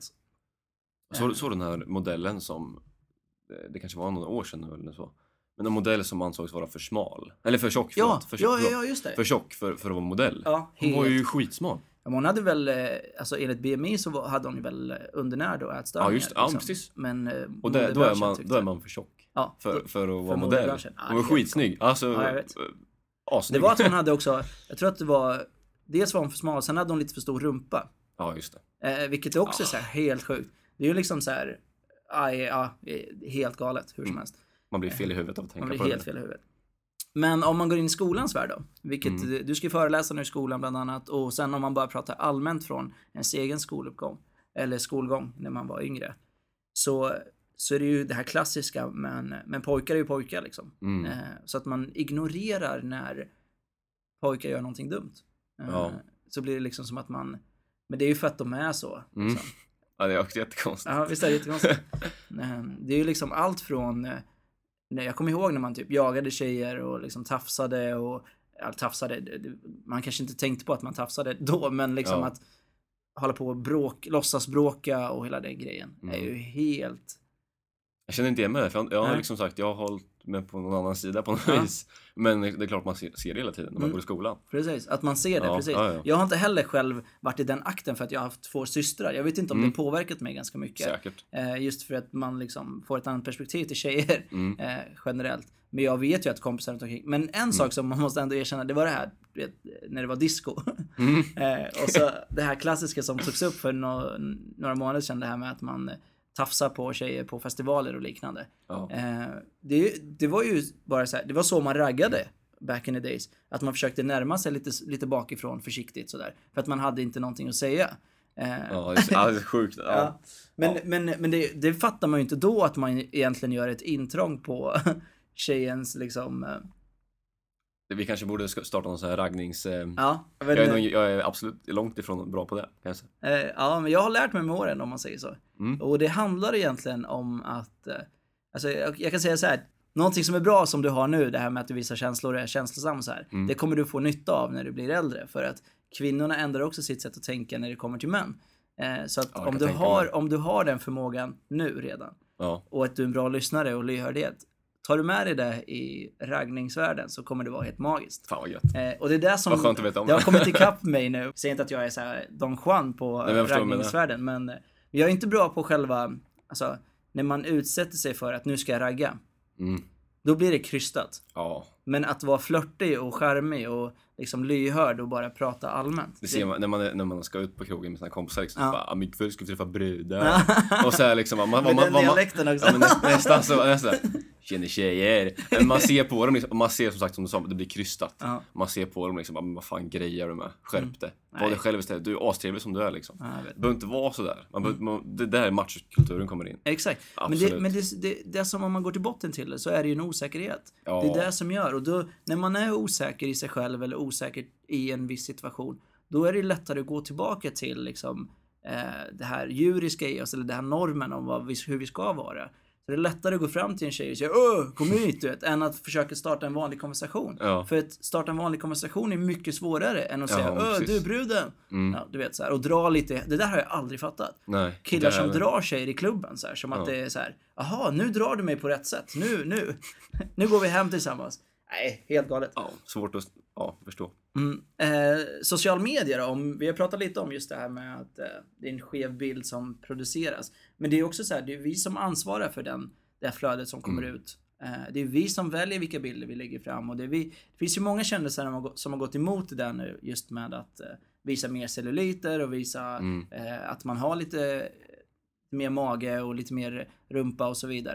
Så, så den här modellen som, det, det kanske var några år sedan eller så, men en modell som ansågs vara för smal, eller för tjock, ja, för, ja, ja, ja, just det. För tjock för, för att vara modell. Ja, hon var ju skitsmal. Ja, hon hade väl, alltså enligt B M I så hade hon ju väl undernärd och ätstörningar. Ja, just det. Ja, liksom. precis. Men, och det, då, är man, då är man för tjock ja, för, då, för att vara för modell. Hon var skitsnygg. Alltså, ja, jag vet. Asnygg. Det var att hon hade också, jag tror att det var, dels var hon för smal, sen hade hon lite för stor rumpa. Ja, just det. Eh, vilket också är så här helt sjukt. Det är ju liksom så här, aj, ja, helt galet, hur som mm. helst. Man blir fel i huvudet av att tänka på det. Man blir helt fel i huvudet. Men om man går in i skolans värld då, vilket mm. du ska föreläsa nu i skolan bland annat, och sen om man bara pratar allmänt från ens egen skoluppgång eller skolgång när man var yngre, så, så är det ju det här klassiska, men, men pojkar är ju pojkar liksom. Mm. Eh, så att man ignorerar när pojkar gör någonting dumt. Eh, ja. Så blir det liksom som att man, men det är ju för att de är så. Liksom. Mm. Ja, det är också jättekonstigt. Ja, visst är det jättekonstigt. eh, det är ju liksom allt från Nej, jag kommer ihåg när man typ jagade tjejer och liksom tafsade och ja, tafsade, man kanske inte tänkte på att man tafsade då, men liksom ja. att hålla på och bråk, låtsas bråka och hela den grejen mm. är ju helt... Jag känner inte igen med det, för jag har liksom sagt, jag har hållit med på någon annan sida på något ja. vis. Men det är klart man ser, ser det hela tiden när man mm. går i skolan. Precis, att man ser det, ja, precis. Ja, ja. Jag har inte heller själv varit i den akten för att jag har haft två systrar. Jag vet inte om mm. det påverkat mig ganska mycket. Säkert. Eh, just för att man liksom får ett annat perspektiv till tjejer mm. eh, generellt. Men jag vet ju att kompisar runt omkring. Men en mm. sak som man måste ändå erkänna, det var det här, vet, när det var disco. Mm. eh, och så det här klassiska som togs upp för no- några månader sedan, det här med att man tafsa på tjejer på festivaler och liknande. Ja. Eh, det, det var ju bara så här, det var så man raggade back in the days. Att man försökte närma sig lite, lite bakifrån försiktigt sådär. För att man hade inte någonting att säga. Eh, ja, det är sjukt. Ja. Ja. Men, ja. men, men det, det fattar man ju inte då, att man egentligen gör ett intrång på tjejens liksom... Eh, vi kanske borde starta någon sån här raggnings... Eh, ja, jag, är nog, jag är absolut långt ifrån bra på det, kanske. Eh, ja, men jag har lärt mig med åren, om man säger så. Mm. Och det handlar egentligen om att... Eh, alltså, jag, jag kan säga så här. Någonting som är bra som du har nu, det här med att du visar känslor och är känslosam så här. Mm. Det kommer du få nytta av när du blir äldre. För att kvinnorna ändrar också sitt sätt att tänka när det kommer till män. Eh, så att ja, om, du har, om du har den förmågan nu redan. Ja. Och att du är en bra lyssnare och lyhördhet. Tar du med dig det i raggningsvärlden så kommer det vara helt magiskt. Fan vad gött. Eh, och det är det som vad skönt att veta om. Det har kommit ikapp mig nu. Jag säger inte att jag är så här Don Juan på Nej, raggningsvärlden. Men jag är inte bra på själva... Alltså, när man utsätter sig för att nu ska jag ragga. Mm. Då blir det krystat. Ja. Men att vara flörtig och charmig och liksom lyhörd och bara prata allmänt. Det ser det... man när man, när man ska ut på krogen med sina kompisar. Liksom, ja. bara, mycket kväll ska vi träffa brudar. och så här liksom. Man, man, med man, den man, dialekten också. Ja, men nästan, nästan så. Nästan. Känner tjejer. Men man ser på dem liksom, man ser som sagt som du sa, det blir krystat. Ja. Man ser på dem liksom, men vad fan grejer du med? Skärp mm. det. Var dig själv istället. Du är astrevlig som du är liksom. Ja, det behöver inte vara sådär. Man, mm. man, det där är machokulturen kommer in. Exakt. Absolut. Men, det, men det, det, det är som om man går till botten till det, så är det ju en osäkerhet. Ja. Det är det som gör. Och då, när man är osäker i sig själv eller osäker i en viss situation, då är det lättare att gå tillbaka till liksom, eh, det här djuriska i oss, eller det här normen om vad vi, hur vi ska vara. Så det är lättare att gå fram till en tjej och säga åh, kom hit, du vet, än att försöka starta en vanlig konversation. Ja. För att starta en vanlig konversation är mycket svårare än att säga ja, åh, du är bruden. Mm. Ja, du vet, så här, och dra lite, det där har jag aldrig fattat. Nej, Killar som är... drar tjejer i klubben så här, som ja. att det är så här, aha, nu drar du mig på rätt sätt. Nu, nu, nu går vi hem tillsammans. Nej, helt galet. Ja, svårt att ja, förstå. Mm. Eh, social media då, om, vi har pratat lite om just det här med att eh, det är en skev bild som produceras. Men det är också så här, det är vi som ansvarar för den, det här flödet som kommer mm. ut. Eh, det är vi som väljer vilka bilder vi lägger fram. Och det, är vi, det finns ju många kändisar som har, gått, som har gått emot det där nu, just med att eh, visa mer celluliter och visa mm. eh, att man har lite mer mage och lite mer rumpa och så vidare.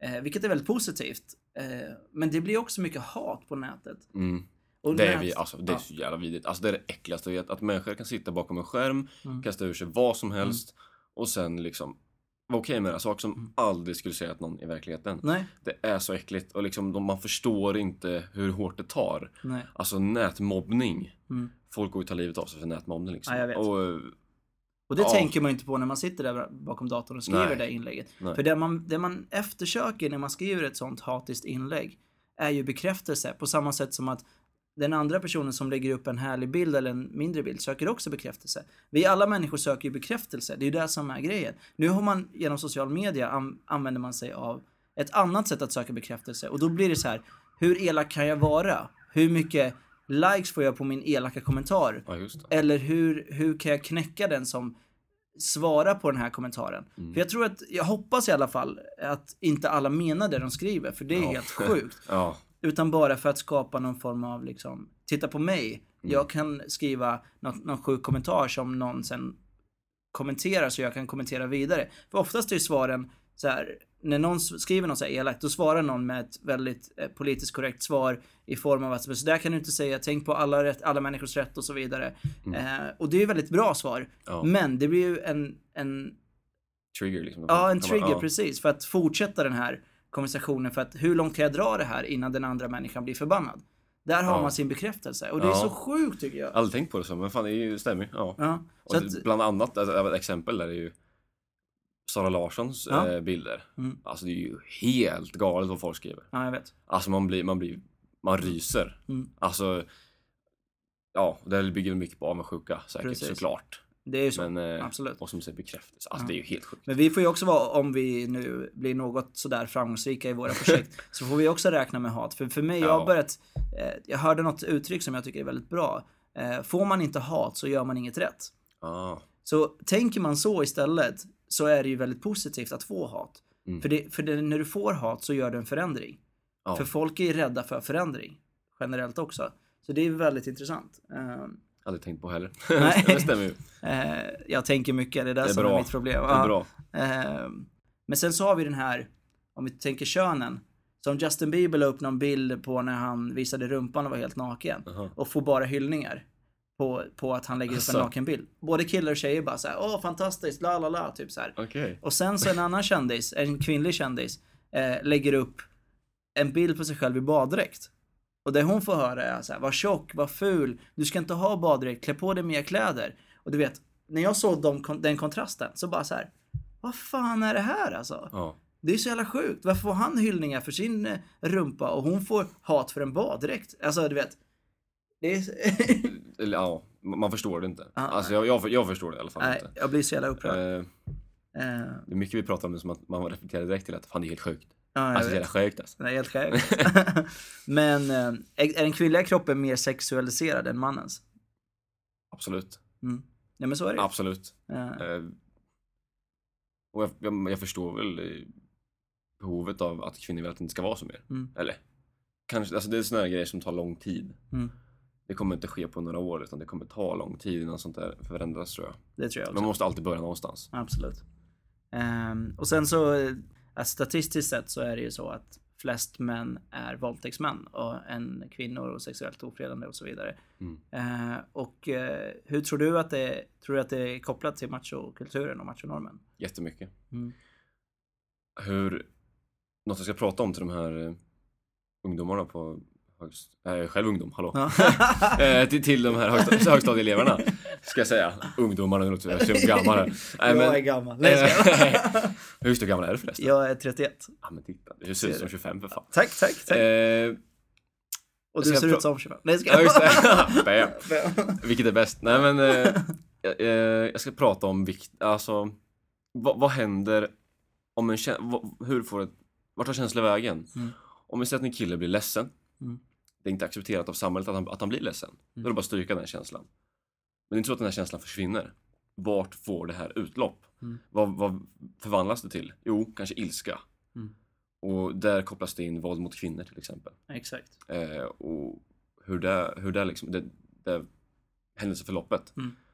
Eh, vilket är väldigt positivt. Eh, men det blir också mycket hat på nätet. Mm. Och Det är, nät... vi, alltså, det är ja. så jävla vidrigt. Alltså det är det äckligaste. Att, att människor kan sitta bakom en skärm, Mm. kasta ur sig vad som helst Mm. och sen liksom vara okej med det. Saker som Mm. aldrig skulle säga att någon i verkligheten. Nej. Det är så äckligt och liksom, de, man förstår inte hur hårt det tar. Nej. Alltså nätmobbning. Mm. Folk går ju ta livet av sig för nätmobbning liksom. Ja, jag vet. Och, Och det ja. tänker man ju inte på när man sitter där bakom datorn och skriver Nej. det inlägget. Nej. För det man, det man eftersöker när man skriver ett sånt hatiskt inlägg är ju bekräftelse. På samma sätt som att den andra personen som lägger upp en härlig bild eller en mindre bild söker också bekräftelse. Vi alla människor söker ju bekräftelse. Det är ju det som är grejen. Nu har man genom social media an, använder man sig av ett annat sätt att söka bekräftelse. Och då blir det så här, hur elak kan jag vara? Hur mycket likes får jag på min elaka kommentar? Ja, just det. Eller hur, hur kan jag knäcka den som svarar på den här kommentaren? Mm. För jag tror att, jag hoppas i alla fall att inte alla menar det de skriver. För det är Ja. helt sjukt. Ja. Utan bara för att skapa någon form av liksom, titta på mig. Mm. Jag kan skriva något, någon sjuk kommentar som någon sen kommenterar så jag kan kommentera vidare. För oftast är ju svaren så här, när någon skriver något så här elakt, då svarar någon med ett väldigt eh, politiskt korrekt svar i form av att så där kan du inte säga, tänk på alla, rätt, alla människors rätt och så vidare. Mm. Eh, och det är ju väldigt bra svar. Ja. Men det blir ju en, en Trigger liksom. ja, en Kan trigger man- ja. precis för att fortsätta den här konversationen, för att hur långt kan jag dra det här innan den andra människan blir förbannad? Där har Ja. man sin bekräftelse och det är Ja. så sjukt tycker jag. Jag har aldrig tänkt på det så, men fan det är ju, stämmer. Ja. Ja. Och Så det- att, bland annat, alltså, ett exempel där är ju Sara Larssons Ja. eh, bilder. Mm. Alltså det är ju helt galet vad folk skriver. ja, jag vet. Alltså man blir, man blir, man ryser. Mm. Alltså, ja, det bygger mycket på avundsjuka säkert, Precis. såklart. Det är ju så. Men, eh, Absolut. och som säger bekräftelse, alltså Ja. det är ju helt sjukt. Men vi får ju också vara, om vi nu blir något sådär framgångsrika i våra projekt, så får vi också räkna med hat. För för mig, jag har Ja. börjat, eh, jag hörde något uttryck som jag tycker är väldigt bra. Eh, får man inte hat så gör man inget rätt. Ah, Så tänker man så istället, så är det ju väldigt positivt att få hat. Mm. För, det, för det, när du får hat så gör du en förändring. ja. För folk är ju rädda för förändring, generellt också. Så det är väldigt intressant. Uh, Aldrig tänkt på heller. Nej. Det stämmer ju. uh, jag tänker mycket, det är det, Det är som bra. är mitt problem. Det är Ja. bra. Uh, men sen så har vi den här, om vi tänker könen. Som Justin Bieber la upp någon bild på när han visade rumpan och var helt naken. Aha. Och får bara hyllningar på, på att han lägger upp Asså. en naken bild. Både killar och tjejer bara så här, åh fantastiskt, la la la, typ så här. Okej. Och sen så en annan kändis, en kvinnlig kändis, eh, lägger upp en bild på sig själv i baddräkt. Och det hon får höra är så här, var tjock, var ful, du ska inte ha baddräkt, klä på dig mer kläder. Och du vet, när jag såg de, den kontrasten så bara så här, vad fan är det här alltså? Ja. Det är så jävla sjukt. Varför får han hyllningar för sin eh, rumpa och hon får hat för en baddräkt? Alltså du vet, det är... Eller, ja, man förstår det inte. Ja. Alltså jag, jag, jag förstår det i alla fall Nej, inte. jag blir så jävla upprörd. Eh, Eh, det är mycket vi pratar om det som att man reflekterar direkt till att fan det är helt sjukt. ja, jag Alltså det är vet. helt sjukt alltså. Det är helt sjukt. Men eh, är är den kvinnliga kroppen mer sexualiserad än mannens? Absolut. Mm. Ja, men så är det ju. Absolut. Eh, Eh, och jag, jag, jag förstår väl eh, behovet av att kvinnor vill att det inte ska vara så mer. Mm. Eller, kanske, alltså det är såna här grejer som tar lång tid. Mm. Det kommer inte ske på några år utan det kommer ta lång tid innan sånt där förändras tror jag. Det tror jag också. Man måste alltid börja någonstans. Absolut. Ehm, och sen så, eh, alltså, statistiskt sett så är det ju så att flest män är våldtäktsmän och en kvinnor och sexuellt ofredande och så vidare. Mm. Eh, och eh, hur tror du att det, tror du att det är kopplat till machokulturen och machonormen? Jättemycket. Mm. Hur, något jag ska prata om till de här eh, ungdomarna på högst, jag är själv ungdom, hallå. Ja. eh, till, till de här högst, högstadieeleverna ska jag säga. Ungdomarna, nu låter jag så gammal här. Nej, Jag är gammal. Nej, ska jag. Hur stor gammal är du förresten? Jag är trettioett. Ja men titta, du ser ut som tjugofem för fan. Tack, tack, tack. Eh, och ska du ser jag ut som tjugofem. Nej, ska ja, just jag. det. Bam. Vilket är bäst? Nej men eh, jag, eh, jag ska prata om vikt, alltså vad, vad händer om en kä- vad, hur får ett, vart tar känslan vägen? Mm. Om vi säger att en kille blir ledsen, Mm. det är inte accepterat av samhället att han, att han blir ledsen. Då är det bara att stryka den känslan. Men det är inte så att den här känslan försvinner. Vart får det här utlopp? Mm. Vad, vad förvandlas det till? Jo, kanske ilska. Mm. Och där kopplas det in våld mot kvinnor till exempel. Exakt. Eh, och hur det, hur det liksom, det, det händelseförloppet. Mm.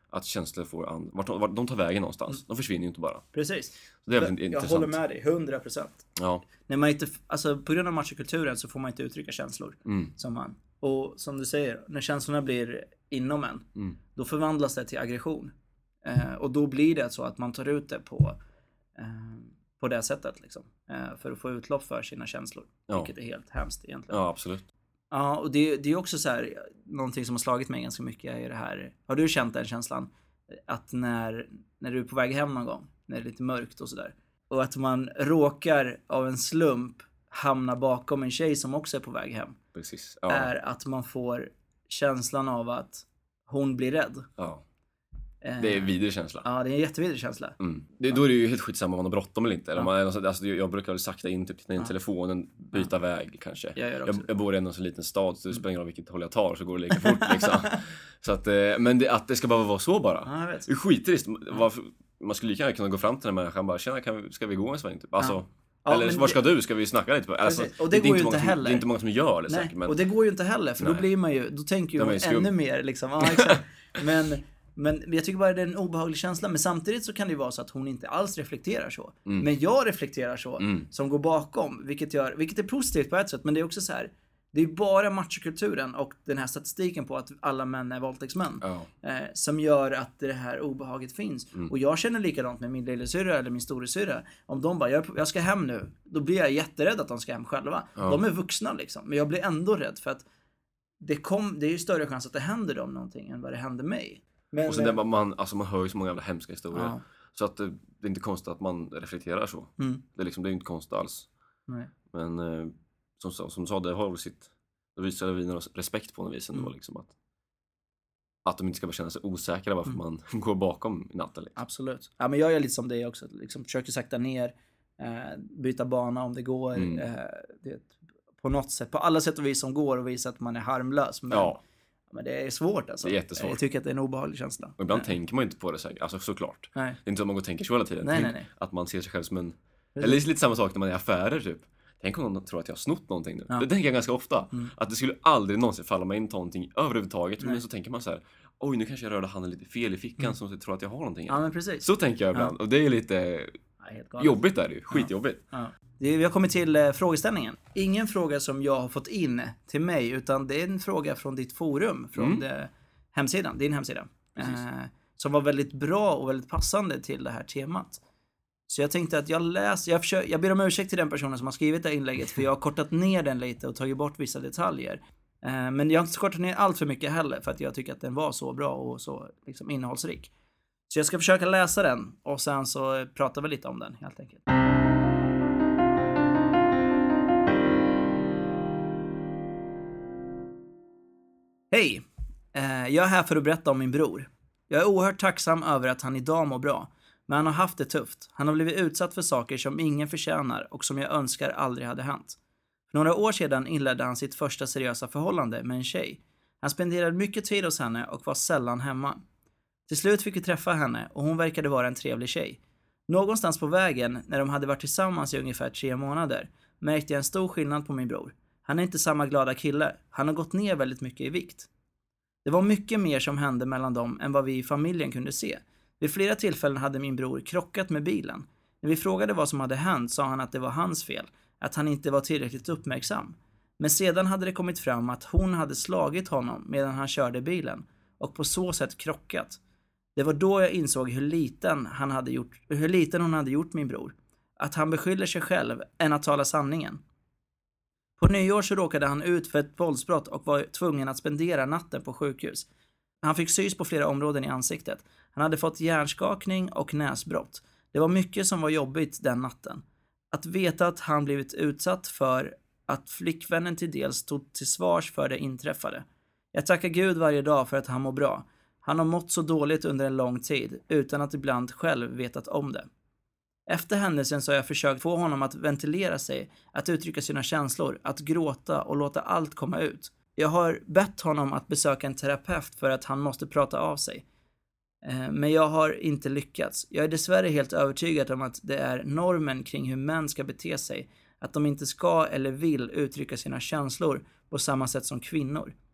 att känslor får and- vart, vart de tar vägen någonstans. Mm. De försvinner ju inte bara. Precis. Så det är jag, jag håller med dig, hundra procent. Ja. När man inte, alltså, på grund av machokulturen så får man inte uttrycka känslor. Mm. Som man. Och som du säger, när känslorna blir inom en, mm. då förvandlas det till aggression. Eh, och då blir det så att man tar ut det på, eh, på det sättet. Liksom, eh, för att få utlopp för sina känslor. Ja. Vilket är helt hemskt egentligen. Ja, absolut. Ja, och det, det är också så här, någonting som har slagit mig ganska mycket är det här. Har du känt den känslan? Att när, när du är på väg hem någon gång, när det är lite mörkt och sådär. Och att man råkar av en slump hamna bakom en tjej som också är på väg hem. Precis. Ja. Är att man får känslan av att hon blir rädd. Ja. Det är en vidrig känsla. Ja, det är en jättevidrig känsla. Mm. Det, då är det ju helt skitsamma om man har bråttom eller inte. Eller man, alltså, jag brukar väl sakta in typ, in ja. telefonen, byta ja. väg kanske. Jag, jag, jag bor i en sån liten stad så det spelar ingen roll vilket håll jag tar så går det lika fort liksom. Så att, men det, att det ska bara vara så bara. Ja, jag vet. Det är skitrist. Ja. Man skulle lika gärna kunna gå fram till den människan och bara tjena, kan vi, ska vi gå en sväng typ? Alltså, ja. Eller ja, var ska det, du? Ska vi snacka lite på? Alltså, och det, det går ju inte heller. Som, det är inte många som gör det. Nej, säkert, men... och det går ju inte heller. För nej. Då blir man ju, då tänker ju man ännu mer liksom. Ja, exakt. Men Men jag tycker bara det är en obehaglig känsla. Men samtidigt så kan det ju vara så att hon inte alls reflekterar så. Mm. Men jag reflekterar så. Mm. Som går bakom. Vilket, gör, vilket är positivt på ett sätt. Men det är också så här. Det är bara machokulturen och den här statistiken på att alla män är våldtäktsmän. Oh. Eh, som gör att det här obehaget finns. Mm. Och jag känner likadant med min lillasyrra eller min storasyrra. Om de bara, jag, jag ska hem nu. Då blir jag jätterädd att de ska hem själva. Oh. De är vuxna liksom. Men jag blir ändå rädd för att det, kom, det är ju större chans att det händer dem någonting än vad det händer mig. Men, och sen men, man, alltså man hör ju så många jävla hemska historier. Ja. Så att det, det är inte konstigt att man reflekterar så. Mm. Det, är liksom, det är inte konstigt alls. Nej. Men eh, som, som du sa, det har väl sitt... Då visar vi någon respekt på något vis ändå. Mm. Liksom, att, att de inte ska bara känna sig osäkra varför mm. man går bakom i natten. Liksom. Absolut. Ja, men jag gör lite som det också. Liksom, försöker sakta ner, eh, byta bana om det går. Mm. Eh, det, på något sätt, på alla sätt och vis som går och visa att man är harmlös. Men, ja. Men det är svårt alltså. Det är jättesvårt. Jag tycker att det är en obehaglig känsla. Och ibland nej. tänker man ju inte på det säkert. Alltså såklart. Nej. Det är inte som man går och tänker så hela tiden. Nej, Tänk nej, nej. Att man ser sig själv som en... Precis. Eller lite samma sak när man är i affärer typ. Tänk om någon tror att jag har snott någonting nu. Ja. Det tänker jag ganska ofta. Mm. Att det skulle aldrig någonsin falla mig in någonting överhuvudtaget. Nej. Men så tänker man så här: oj, nu kanske jag rörde handen lite fel i fickan mm. som tror att jag har någonting. Ja, men precis. Så tänker jag ibland. Ja. Och det är lite ja, jobbigt där ju. Skitjobbigt. Ja. Ja. Vi har kommit till eh, frågeställningen. Ingen fråga som jag har fått in till mig, utan det är en fråga från ditt forum, från mm. det, hemsidan, din hemsida. Eh, som var väldigt bra och väldigt passande till det här temat. Så jag tänkte att jag läser, jag, försöker, jag ber om ursäkt till den personen som har skrivit det här inlägget, för jag har kortat ner den lite och tagit bort vissa detaljer. Eh, men jag har inte kortat ner allt för mycket heller, för att jag tycker att den var så bra och så liksom, innehållsrik. Så jag ska försöka läsa den och sen så pratar vi lite om den helt enkelt. Hej! Eh, jag är här för att berätta om min bror. Jag är oerhört tacksam över att han idag mår bra. Men han har haft det tufft. Han har blivit utsatt för saker som ingen förtjänar och som jag önskar aldrig hade hänt. För några år sedan inledde han sitt första seriösa förhållande med en tjej. Han spenderade mycket tid hos henne och var sällan hemma. Till slut fick vi träffa henne och hon verkade vara en trevlig tjej. Någonstans på vägen, när de hade varit tillsammans i ungefär tre månader, märkte jag en stor skillnad på min bror. Han är inte samma glada kille. Han har gått ner väldigt mycket i vikt. Det var mycket mer som hände mellan dem än vad vi i familjen kunde se. Vid flera tillfällen hade min bror krockat med bilen. När vi frågade vad som hade hänt sa han att det var hans fel. Att han inte var tillräckligt uppmärksam. Men sedan hade det kommit fram att hon hade slagit honom medan han körde bilen. Och på så sätt krockat. Det var då jag insåg hur liten, han hade gjort, hur liten hon hade gjort min bror. Att han beskyller sig själv än att tala sanningen. På nyår så råkade han ut för ett våldsbrott och var tvungen att spendera natten på sjukhus. Han fick sys på flera områden i ansiktet. Han hade fått hjärnskakning och näsbrott. Det var mycket som var jobbigt den natten. Att veta att han blivit utsatt för att flickvännen till dels stod till svars för det inträffade. Jag tackar Gud varje dag för att han mår bra. Han har mått så dåligt under en lång tid utan att ibland själv vetat om det. Efter händelsen så har jag försökt få honom att ventilera sig, att uttrycka sina känslor, att gråta och låta allt komma ut. Jag har bett honom att besöka en terapeut för att han måste prata av sig. Men jag har inte lyckats. Jag är dessvärre helt övertygad om att det är normen kring hur män ska bete sig. Att de inte ska eller vill uttrycka sina känslor på samma sätt som kvinnor.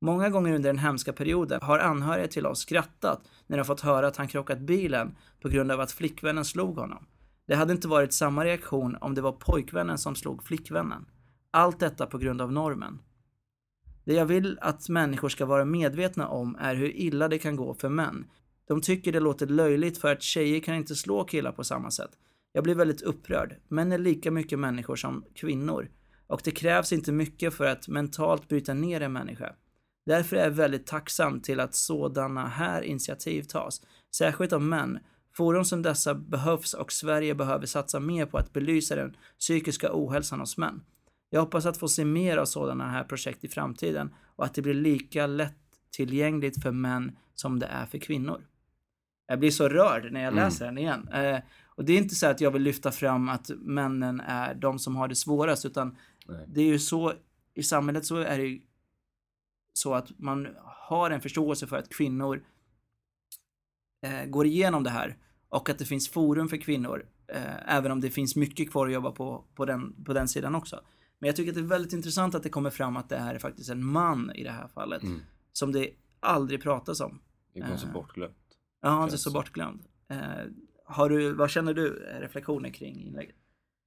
Många gånger under den hemska perioden har anhöriga till oss skrattat när de fått höra att han krockat bilen på grund av att flickvännen slog honom. Det hade inte varit samma reaktion om det var pojkvännen som slog flickvännen. Allt detta på grund av normen. Det jag vill att människor ska vara medvetna om är hur illa det kan gå för män. De tycker det låter löjligt för att tjejer kan inte slå killar på samma sätt. Jag blir väldigt upprörd. Män är lika mycket människor som kvinnor. Och det krävs inte mycket för att mentalt bryta ner en människa. Därför är jag väldigt tacksam till att sådana här initiativ tas. Särskilt av män. Forum som dessa behövs och Sverige behöver satsa mer på att belysa den psykiska ohälsan hos män. Jag hoppas att få se mer av sådana här projekt i framtiden och att det blir lika lätt tillgängligt för män som det är för kvinnor. Jag blir så rörd när jag läser mm. den igen. Eh, och det är inte så att jag vill lyfta fram att männen är de som har det svårast, utan Nej. det är ju så, i samhället så är det ju så att man har en förståelse för att kvinnor eh, går igenom det här och att det finns forum för kvinnor, eh, även om det finns mycket kvar att jobba på på den, på den sidan också. Men jag tycker att det är väldigt intressant att det kommer fram att det här är faktiskt en man i det här fallet mm. som det aldrig pratas om. Det är så bortglömt. Ja, han är så bortglömd. Eh, har du, vad känner du reflektioner kring inlägget?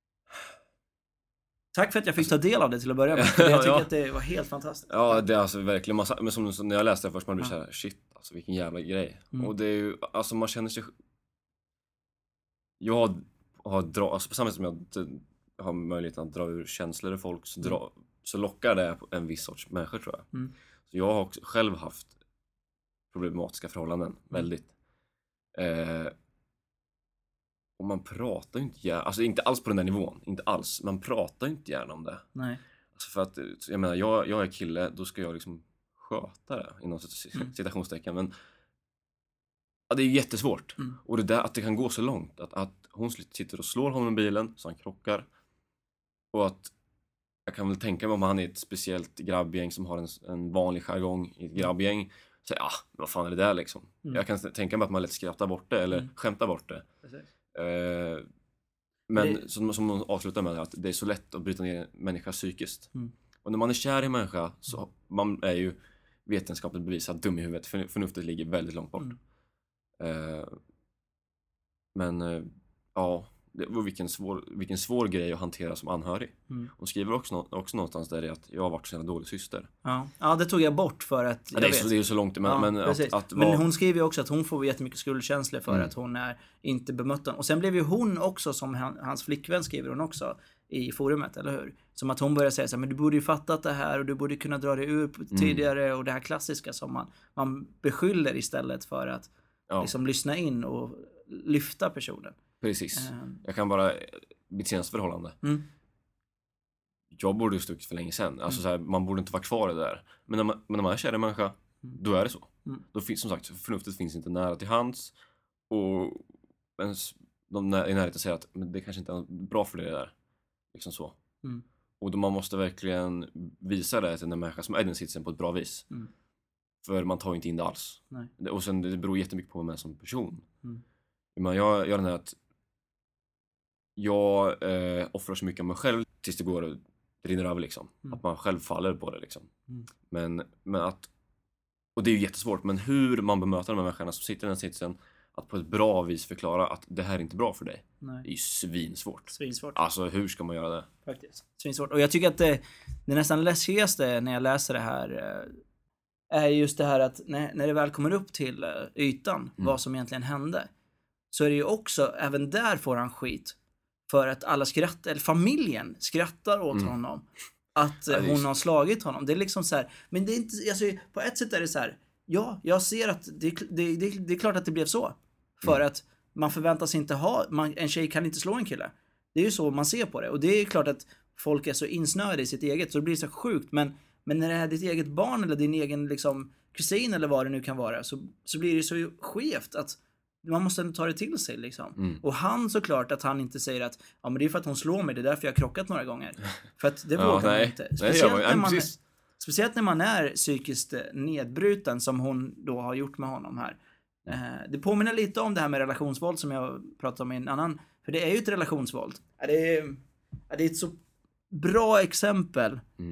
Tack för att jag fick ta del av det till att börja med. Jag tycker ja. att det var helt fantastiskt. Ja, det är alltså verkligen massa, men som, som när jag läste det först, man blir ja. så här, shit, alltså vilken jävla grej. Mm. Och det är ju, alltså man känner sig, jag har, har dra, alltså på samma sätt som jag har möjlighet att dra ur känslor i folk, så, dra, mm. så lockar det en viss sorts människor, tror jag. Mm. Så jag har också själv haft problematiska förhållanden, mm. väldigt. Eh, och man pratar ju inte gärna, alltså inte alls på den där nivån, inte alls, man pratar ju inte gärna om det. Nej. Alltså för att, jag menar, jag, jag är kille, då ska jag liksom sköta det inom citationstecken, men ja, det är jättesvårt. Mm. Och det där, att det kan gå så långt att, att hon sitter och slår honom i bilen så han krockar, och att jag kan väl tänka mig om han är ett speciellt grabbgäng som har en, en vanlig jargong i ett grabbgäng, så ja, ah, vad fan är det där liksom? Mm. Jag kan tänka mig att man lätt skrattar bort det eller mm. skämtar bort det. Uh, men det... som, som hon avslutar med, att det är så lätt att bryta ner en människa psykiskt. Mm. Och när man är kär i en människa så mm. man är ju vetenskapligt bevisat dum i huvudet. För, förnuftet ligger väldigt långt bort. Mm. Uh, men uh, ja, det var vilken svår, vilken svår grej att hantera som anhörig. Mm. Hon skriver också, också någonstans där att jag har varit en dålig syster. Ja. ja, det tog jag bort för att... Ja, det, är så, det är ju så långt, men, ja, men, att, att men var... hon skriver ju också att hon får jättemycket skuldkänslor för mm. att hon är inte bemött. Och sen blev ju hon också, som han, hans flickvän skriver hon också i forumet, eller hur? Som att hon börjar säga så här, men du borde ju fattat det här och du borde kunna dra det ur tidigare mm. och det här klassiska som man, man beskyller istället för att ja. liksom lyssna in och lyfta personen. Precis. Um. Jag kan bara, mitt senaste förhållande. Mm. Jag borde ju stuckit för länge sedan. Alltså mm. så här, man borde inte vara kvar i det där. Men när man, men när man är kär i människa, mm. då är det så. Mm. Då finns, som sagt, förnuftet finns inte nära till hands. Och ens, de i närheten säger att men det kanske inte är bra för det där. Liksom så. Mm. Och då man måste verkligen visa det till den människa som är den sitsen på ett bra vis. Mm. För man tar inte in det alls. Nej. Och sen det beror jättemycket på mig som person. Mm. Men jag gör den här att jag eh, offrar så mycket av mig själv tills det går och rinner över liksom. Mm. Att man själv faller på det liksom. Mm. Men, men att, och det är ju jättesvårt, men hur man bemöter de här människorna som sitter i den sitsen, att på ett bra vis förklara att det här är inte bra för dig. Nej. Det är ju svinsvårt. Svinsvårt. Alltså hur ska man göra det? Faktiskt. Svinsvårt. Och jag tycker att det, det nästan läskigaste när jag läser det här är just det här att när, när det väl kommer upp till ytan, mm. vad som egentligen hände, så är det ju också, även där får han skit för att alla skrattar, eller familjen skrattar åt mm. honom att ja, hon har slagit honom. Det är liksom så här, men det är inte, alltså, på ett sätt är det så här, ja, jag ser att det, det, det, det är klart att det blev så. För mm. att man förväntas inte ha, man, en tjej kan inte slå en kille. Det är ju så man ser på det. Och det är klart att folk är så insnöade i sitt eget, så det blir så sjukt. Men, men när det är ditt eget barn eller din egen liksom, kusin eller vad det nu kan vara, så, så blir det så skevt att man måste ta det till sig liksom. Mm. Och han såklart att han inte säger att ja, men det är för att hon slår mig, det är därför jag har krockat några gånger. För att det vågar ja, man inte. Speciellt, nej, när man, speciellt när man är psykiskt nedbruten som hon då har gjort med honom här. Eh, det påminner lite om det här med relationsvåld som jag pratade om i en annan. För det är ju ett relationsvåld. Det är, det är ett så bra exempel. Mm.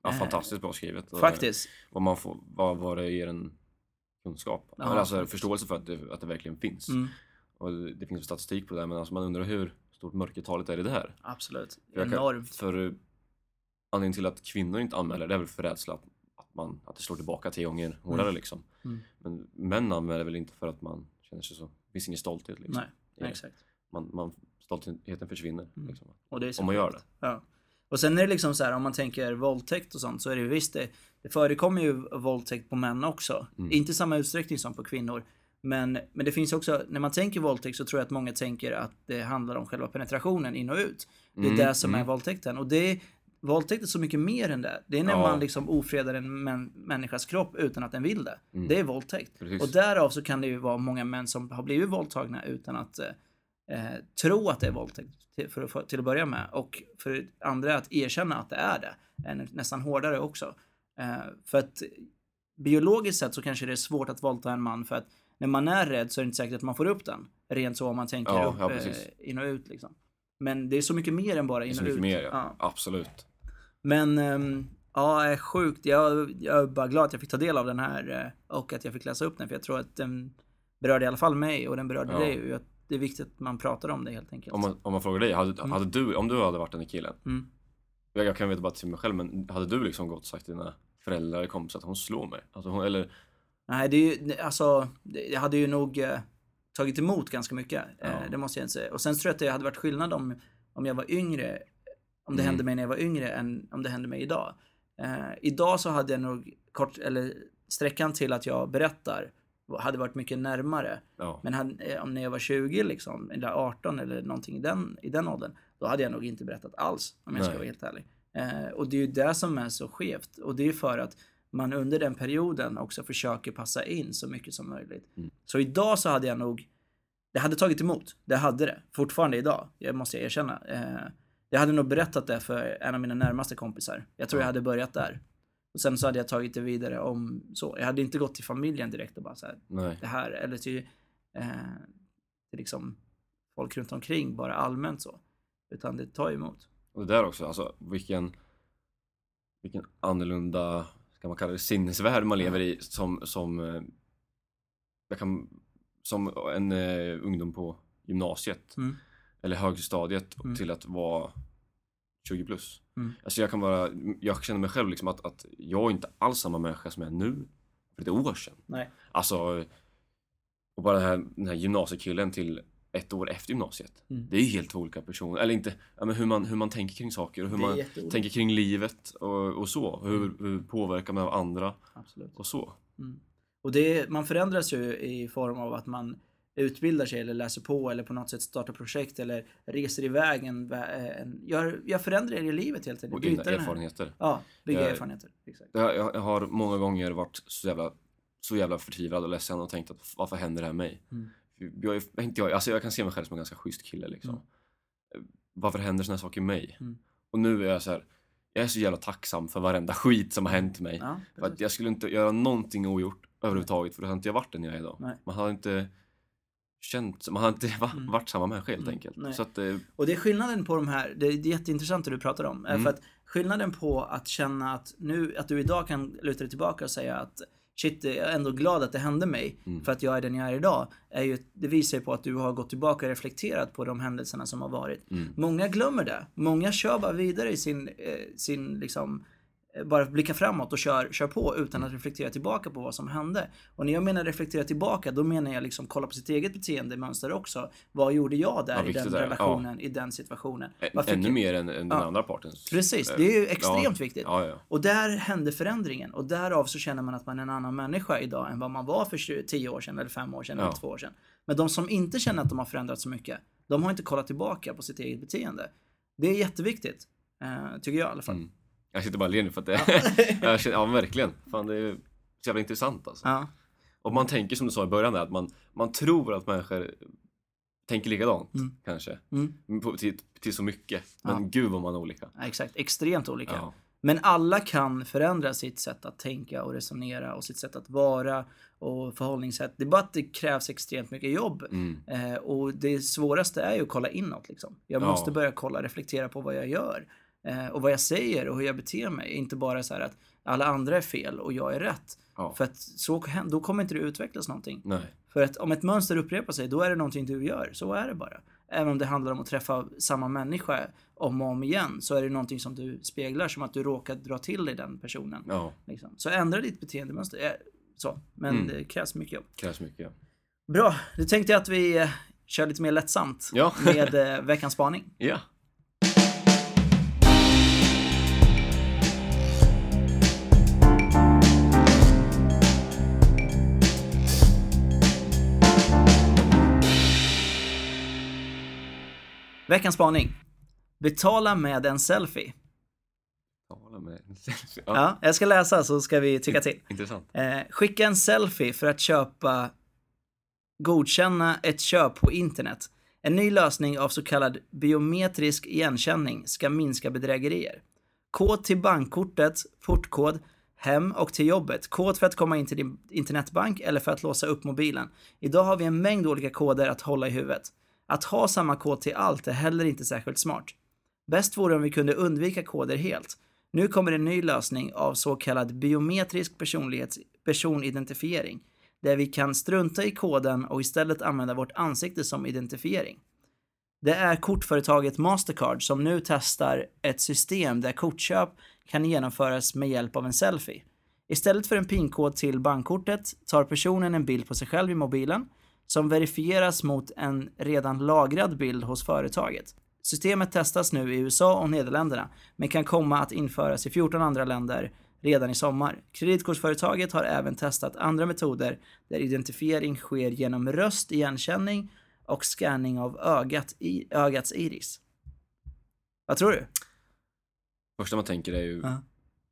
Ja, fantastiskt bra skrivet. Faktiskt. Vad, man får, vad, vad det ger en kunskap. Ja, alltså faktiskt. förståelse för att det, att det verkligen finns. Mm. Och det, det finns statistik på det, men alltså man undrar hur stort mörkertalet är i det här. Absolut. För kan, Enormt. för anledningen till att kvinnor inte anmäler det är väl för rädsla att, att, man, att det slår tillbaka tio gånger hårdare Mm. liksom. Mm. Men män anmäler väl inte för att man känner sig så, det finns ingen stolthet liksom. Nej, nej, exakt. Man, man, stoltheten försvinner Mm. liksom. Och det är så om man gör sjukt. det. Ja. Och sen är det liksom så här, om man tänker våldtäkt och sånt, så är det ju visst det, det förekommer ju våldtäkt på män också. Mm. Inte i samma utsträckning som på kvinnor. Men, men det finns också, när man tänker våldtäkt så tror jag att många tänker att det handlar om själva penetrationen in och ut. Det är Mm, det som mm. är våldtäkten. Och det är, våldtäkt är så mycket mer än det. Det är när Ja. man liksom ofredar en män, människas kropp utan att den vill det. Mm. Det är våldtäkt. Precis. Och därav så kan det ju vara många män som har blivit våldtagna utan att eh, tro att det är våldtäkt till, för, för, till att börja med. Och för andra att erkänna att det är det. Är nästan hårdare också. Eh, för att biologiskt sett så kanske det är svårt att våldta en man, för att när man är rädd så är det inte säkert att man får upp den. Rent så om man tänker Ja, upp, ja, eh, precis. in och ut liksom. Men det är så mycket mer än bara Det är in så och mycket ut. mer, ja. Ja. Absolut. Men ähm, ja, är sjukt. Jag, jag är bara glad att jag fick ta del av den här eh, och att jag fick läsa upp den, för jag tror att den berörde i alla fall mig och den berörde Ja. dig. Och att det är viktigt att man pratar om det helt enkelt. Om man, om man frågar dig, hade, Mm. hade du, om du hade varit den killen, Mm. jag, jag kan veta bara till mig själv, men hade du liksom gått och sagt till dina föräldrar eller kompisar att hon slår mig? Alltså hon, eller, Nej, det är ju, det- alltså, det, jag hade ju nog eh, tagit emot ganska mycket. Eh, Ja. det måste jag inte säga. Och sen tror jag att det hade varit skillnad om, om jag var yngre, om det Mm. hände mig när jag var yngre än om det hände mig idag. Eh, idag så hade jag nog kort, eller sträckan till att jag berättar hade varit mycket närmare. ja. Men hade, eh, om när jag var tjugo liksom, eller arton eller någonting i den, i den åldern, då hade jag nog inte berättat alls, om jag ska Nej. vara helt ärlig. Eh, och det är ju det som är så skevt. Och det är för att man under den perioden också försöker passa in så mycket som möjligt. Mm. Så idag så hade jag nog, det hade tagit emot. Det hade det. Fortfarande idag, jag måste erkänna. Eh, jag hade nog berättat det för en av mina närmaste kompisar. Jag tror Ja. jag hade börjat där. Och sen så hade jag tagit det vidare om så. Jag hade inte gått till familjen direkt och bara så här, Nej. det här, eller till, eh, till liksom folk runt omkring, bara allmänt så. Utan det tar emot. Och det där också, alltså vilken, vilken annorlunda, ska man kalla det, sinnesvärld man lever i som, som, eh, jag kan, som en eh, ungdom på gymnasiet Mm. eller högstadiet Mm. till att vara tjugo plus. Mm. Alltså jag kan bara, jag känner mig själv liksom att, att jag är inte alls samma människa som jag är nu för ett år sedan. Nej. Alltså, och bara den här, den här gymnasiekillen till ett år efter gymnasiet. Mm. Det är helt två olika personer. Eller inte, ja, men hur man, hur man tänker kring saker och hur Det är man jätteolika. tänker kring livet och, och så. Hur, Mm. hur påverkar man av andra Absolut. och så. Mm. Och det, man förändras ju i form av att man utbildar sig eller läser på eller på något sätt startar projekt eller reser iväg en, en gör, gör förändringar i livet helt enkelt. Och Bryta inga den här- erfarenheter. Ja, bygga Jag- erfarenheter. Exakt. Jag, jag, jag har många gånger varit så jävla, så jävla förtvivlad och ledsen och tänkt att varför händer det här mig? Mm. Jag, är- inte jag, alltså jag kan se mig själv som en ganska schysst kille liksom. Varför händer såna här saker mig? Mm. Och nu är jag så här, jag är så jävla tacksam för varenda skit som har hänt mig. Ja, För att precis. jag skulle inte göra någonting ogjort överhuvudtaget, för då hade inte jag varit den jag är idag. Nej. Man hade inte känt, man hade inte va, Mm. varit samma människa helt Mm, enkelt. nej. Så att, eh, Och det är skillnaden på de här, det är jätteintressant det du pratar om. eh, Mm. För att skillnaden på att känna att nu, att du idag kan luta dig tillbaka och säga att shit, jag är ändå glad att det hände mig Mm. för att jag är den jag är idag. Är ju, det visar ju på att du har gått tillbaka och reflekterat på de händelserna som har varit. mm. Många glömmer det. Många kör bara vidare i sin, eh, sin liksom, eh, bara blicka framåt och kör, kör på utan att reflektera tillbaka på vad som hände. Och när jag menar reflektera tillbaka, då menar jag liksom kolla på sitt eget beteendemönster också. Vad gjorde jag där Ja, i viktigt den är det. relationen, i den situationen? Ä- Vad fick Ännu jag- mer än, än den Ja. andra partens. Precis, eh, det är ju extremt ja. viktigt. Ja, ja. Och där hände förändringen. Och därav så känner man att man är en annan människa idag än vad man var för tjugo, tio år sedan, eller fem år sedan, Ja. eller två år sedan. Men de som inte känner att de har förändrats så mycket, de har inte kollat tillbaka på sitt eget beteende. Det är jätteviktigt, eh, tycker jag i alla fall. Mm. Jag sitter bara och ler nu för att det jag känner, ja, verkligen. Fan, det är så jävla intressant alltså. Ja. Och man tänker som du sa i början där, att man, man tror att människor tänker likadant Mm. kanske. Mm. På, till, till så mycket. Men Ja. gud vad man är olika. Ja, exakt, extremt olika. Ja. Men alla kan förändra sitt sätt att tänka och resonera och sitt sätt att vara och förhållningssätt. Det är bara att det krävs extremt mycket jobb. Mm. Eh, och det svåraste är ju att kolla inåt liksom. Jag Ja. måste börja kolla, reflektera på vad jag gör. Eh, och vad jag säger och hur jag beter mig. Inte bara så här att alla andra är fel och jag är rätt. Ja. För att så, då kommer inte det utvecklas någonting. Nej. För att om ett mönster upprepar sig, då är det någonting du gör. Så är det bara. Även om det handlar om att träffa samma människa om och om igen, så är det någonting som du speglar, som att du råkar dra till dig den personen. Ja. Liksom. Så ändra ditt beteendemönster. Eh, så. Men mm. det krävs mycket jobb. Krävs mycket, ja. Bra, nu tänkte jag att vi eh, kör lite mer lättsamt ja. med eh, veckans spaning. Ja. Veckans spaning. Betala med en selfie. Betala med en selfie? Ja. ja, jag ska läsa så ska vi tycka till. Intressant. Eh, skicka en selfie för att köpa, godkänna ett köp på internet. En ny lösning av så kallad biometrisk igenkänning ska minska bedrägerier. Kod till bankkortet, portkod, hem och till jobbet. Kod för att komma in till din internetbank eller för att låsa upp mobilen. Idag har vi en mängd olika koder att hålla i huvudet. Att ha samma kod till allt är heller inte särskilt smart. Bäst vore om vi kunde undvika koder helt. Nu kommer en ny lösning av så kallad biometrisk personlighets- personidentifiering. Där vi kan strunta i koden och istället använda vårt ansikte som identifiering. Det är kortföretaget Mastercard som nu testar ett system där kortköp kan genomföras med hjälp av en selfie. Istället för en pinkod till bankkortet tar personen en bild på sig själv i mobilen som verifieras mot en redan lagrad bild hos företaget. Systemet testas nu i U S A och Nederländerna, men kan komma att införas i fjorton andra länder redan i sommar. Kreditkortsföretaget har även testat andra metoder där identifiering sker genom röstigenkänning och scanning av ögat i, ögats iris. Vad tror du? Första man tänker är ju uh.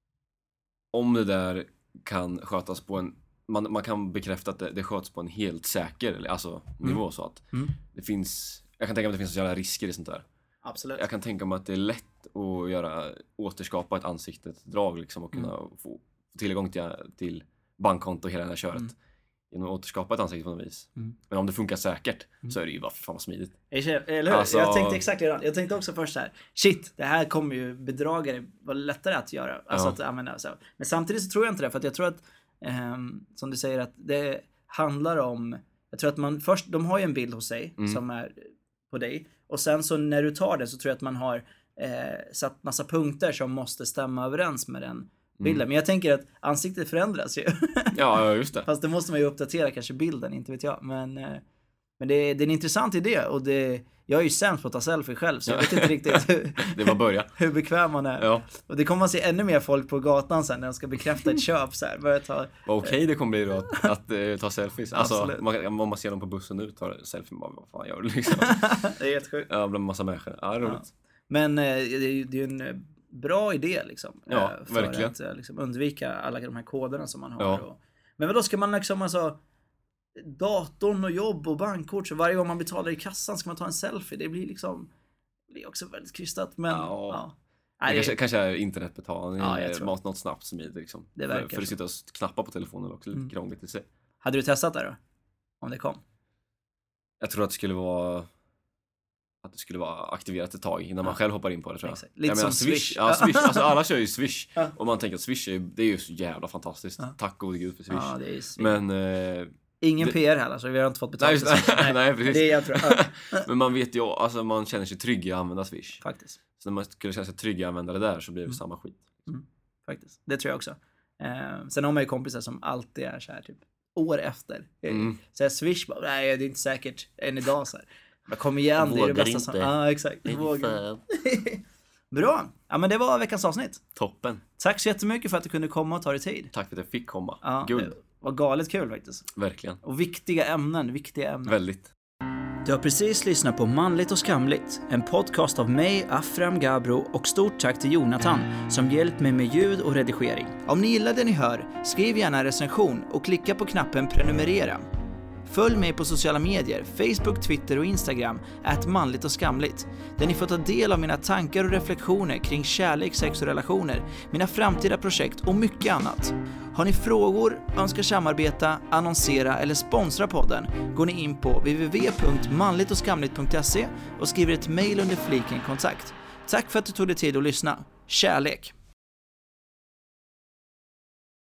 om det där kan skötas på en Man, man kan bekräfta att det, det sköts på en helt säker alltså, nivå mm. så att mm. det finns, jag kan tänka mig att det finns sociala risker i sånt där. Absolut. Jag kan tänka mig att det är lätt att göra, återskapa ett ansikte, ett drag liksom, och kunna mm. få tillgång till, till bankkonto och hela det här köret. Mm. Genom att återskapa ett ansikte på något vis. Mm. Men om det funkar säkert mm. så är det ju bara för fan vad smidigt. Eller hur? Alltså... Jag tänkte exakt redan. Jag tänkte också först så här, shit, det här kommer ju bedragare vara lättare att göra. Alltså ja. att använda så. Men samtidigt så tror jag inte det, för att jag tror att Um, som du säger att det handlar om, jag tror att man först, de har ju en bild hos sig mm. som är på dig, och sen så när du tar det så tror jag att man har eh, satt massa punkter som måste stämma överens med den bilden. Mm. Men jag tänker att ansiktet förändras ju. Ja, just det. Fast det måste man ju uppdatera kanske bilden, inte vet jag. Men, eh, men det, det är en intressant idé, och det, jag är ju sämst på att ta selfie själv, så jag vet inte riktigt hur, det var börja. hur bekväm man är. Ja. Och det kommer man se ännu mer folk på gatan sen när de ska bekräfta ett köp. Så här, börja ta, vad okej okay, det kommer bli då att, att uh, ta selfies. Alltså, man, om man ser dem på bussen nu, tar selfie, bara, vad fan gör du liksom? Det är helt sjukt. Ja, bland massa människor. Ja, roligt. Ja. Men uh, det är ju en bra idé liksom. Ja, uh, för verkligen. att uh, liksom, undvika alla de här koderna som man har. Ja. Och, men då ska man liksom alltså datorn och jobb och bankkort, så varje gång man betalar i kassan ska man ta en selfie. Det blir liksom, det blir också väldigt krystat, men ja. ja. Nej, kanske, kanske är internetbetalning, ja, något, något snabbt smidigt liksom. Det för, för att sitta och knappa på telefonen också, lite mm. krångligt i sig. Hade du testat det då? Om det kom? Jag tror att det skulle vara att det skulle vara aktiverat ett tag innan ja. man själv hoppar in på det, tror jag. Exakt. Lite jag som menar, Swish. Swish. Ja, Swish. Alltså alla kör ju Swish. Ja. Och man tänker att Swish är, det är ju så jävla fantastiskt. Ja. Tack gode gud för Swish. Ja, det är men eh, ingen det... P R heller, så vi har inte fått betalt. Nej, nej, nej, precis. Det är jag tror. Ja. Men man vet ju, alltså man känner sig trygg i att använda Swish. Faktiskt. Så när man skulle känna sig trygg i att använda det där, så blir det mm. samma skit. Mm. Faktiskt. Det tror jag också. Eh, sen har man ju kompisar som alltid är så här typ år efter. Mm. Så här, Swish bara, nej det är inte säkert än idag så här. Men kom igen, vågar det är det bästa inte. som... Ja, exakt. Vågar. Bra. Ja, men det var veckans avsnitt. Toppen. Tack så jättemycket för att du kunde komma och ta dig tid. Tack för att jag fick komma. Ja, Guld. det var galet kul faktiskt. Verkligen. Och viktiga ämnen, viktiga ämnen. Väldigt. Du har precis lyssnat på Manligt och skamligt, en podcast av mig, Afram Gabro, och stort tack till Jonathan som hjälpt mig med ljud och redigering. Om ni gillar det ni hör, skriv gärna en recension och klicka på knappen prenumerera. Följ mig på sociala medier, Facebook, Twitter och Instagram, at manligt och skamligt, där ni får ta del av mina tankar och reflektioner kring kärlek, sex och relationer, mina framtida projekt och mycket annat. Har ni frågor, önskar samarbeta, annonsera eller sponsra podden, går ni in på w w w punkt manligt och skamligt punkt se och skriver ett mejl under fliken kontakt. Tack för att du tog dig tid att lyssna. Kärlek!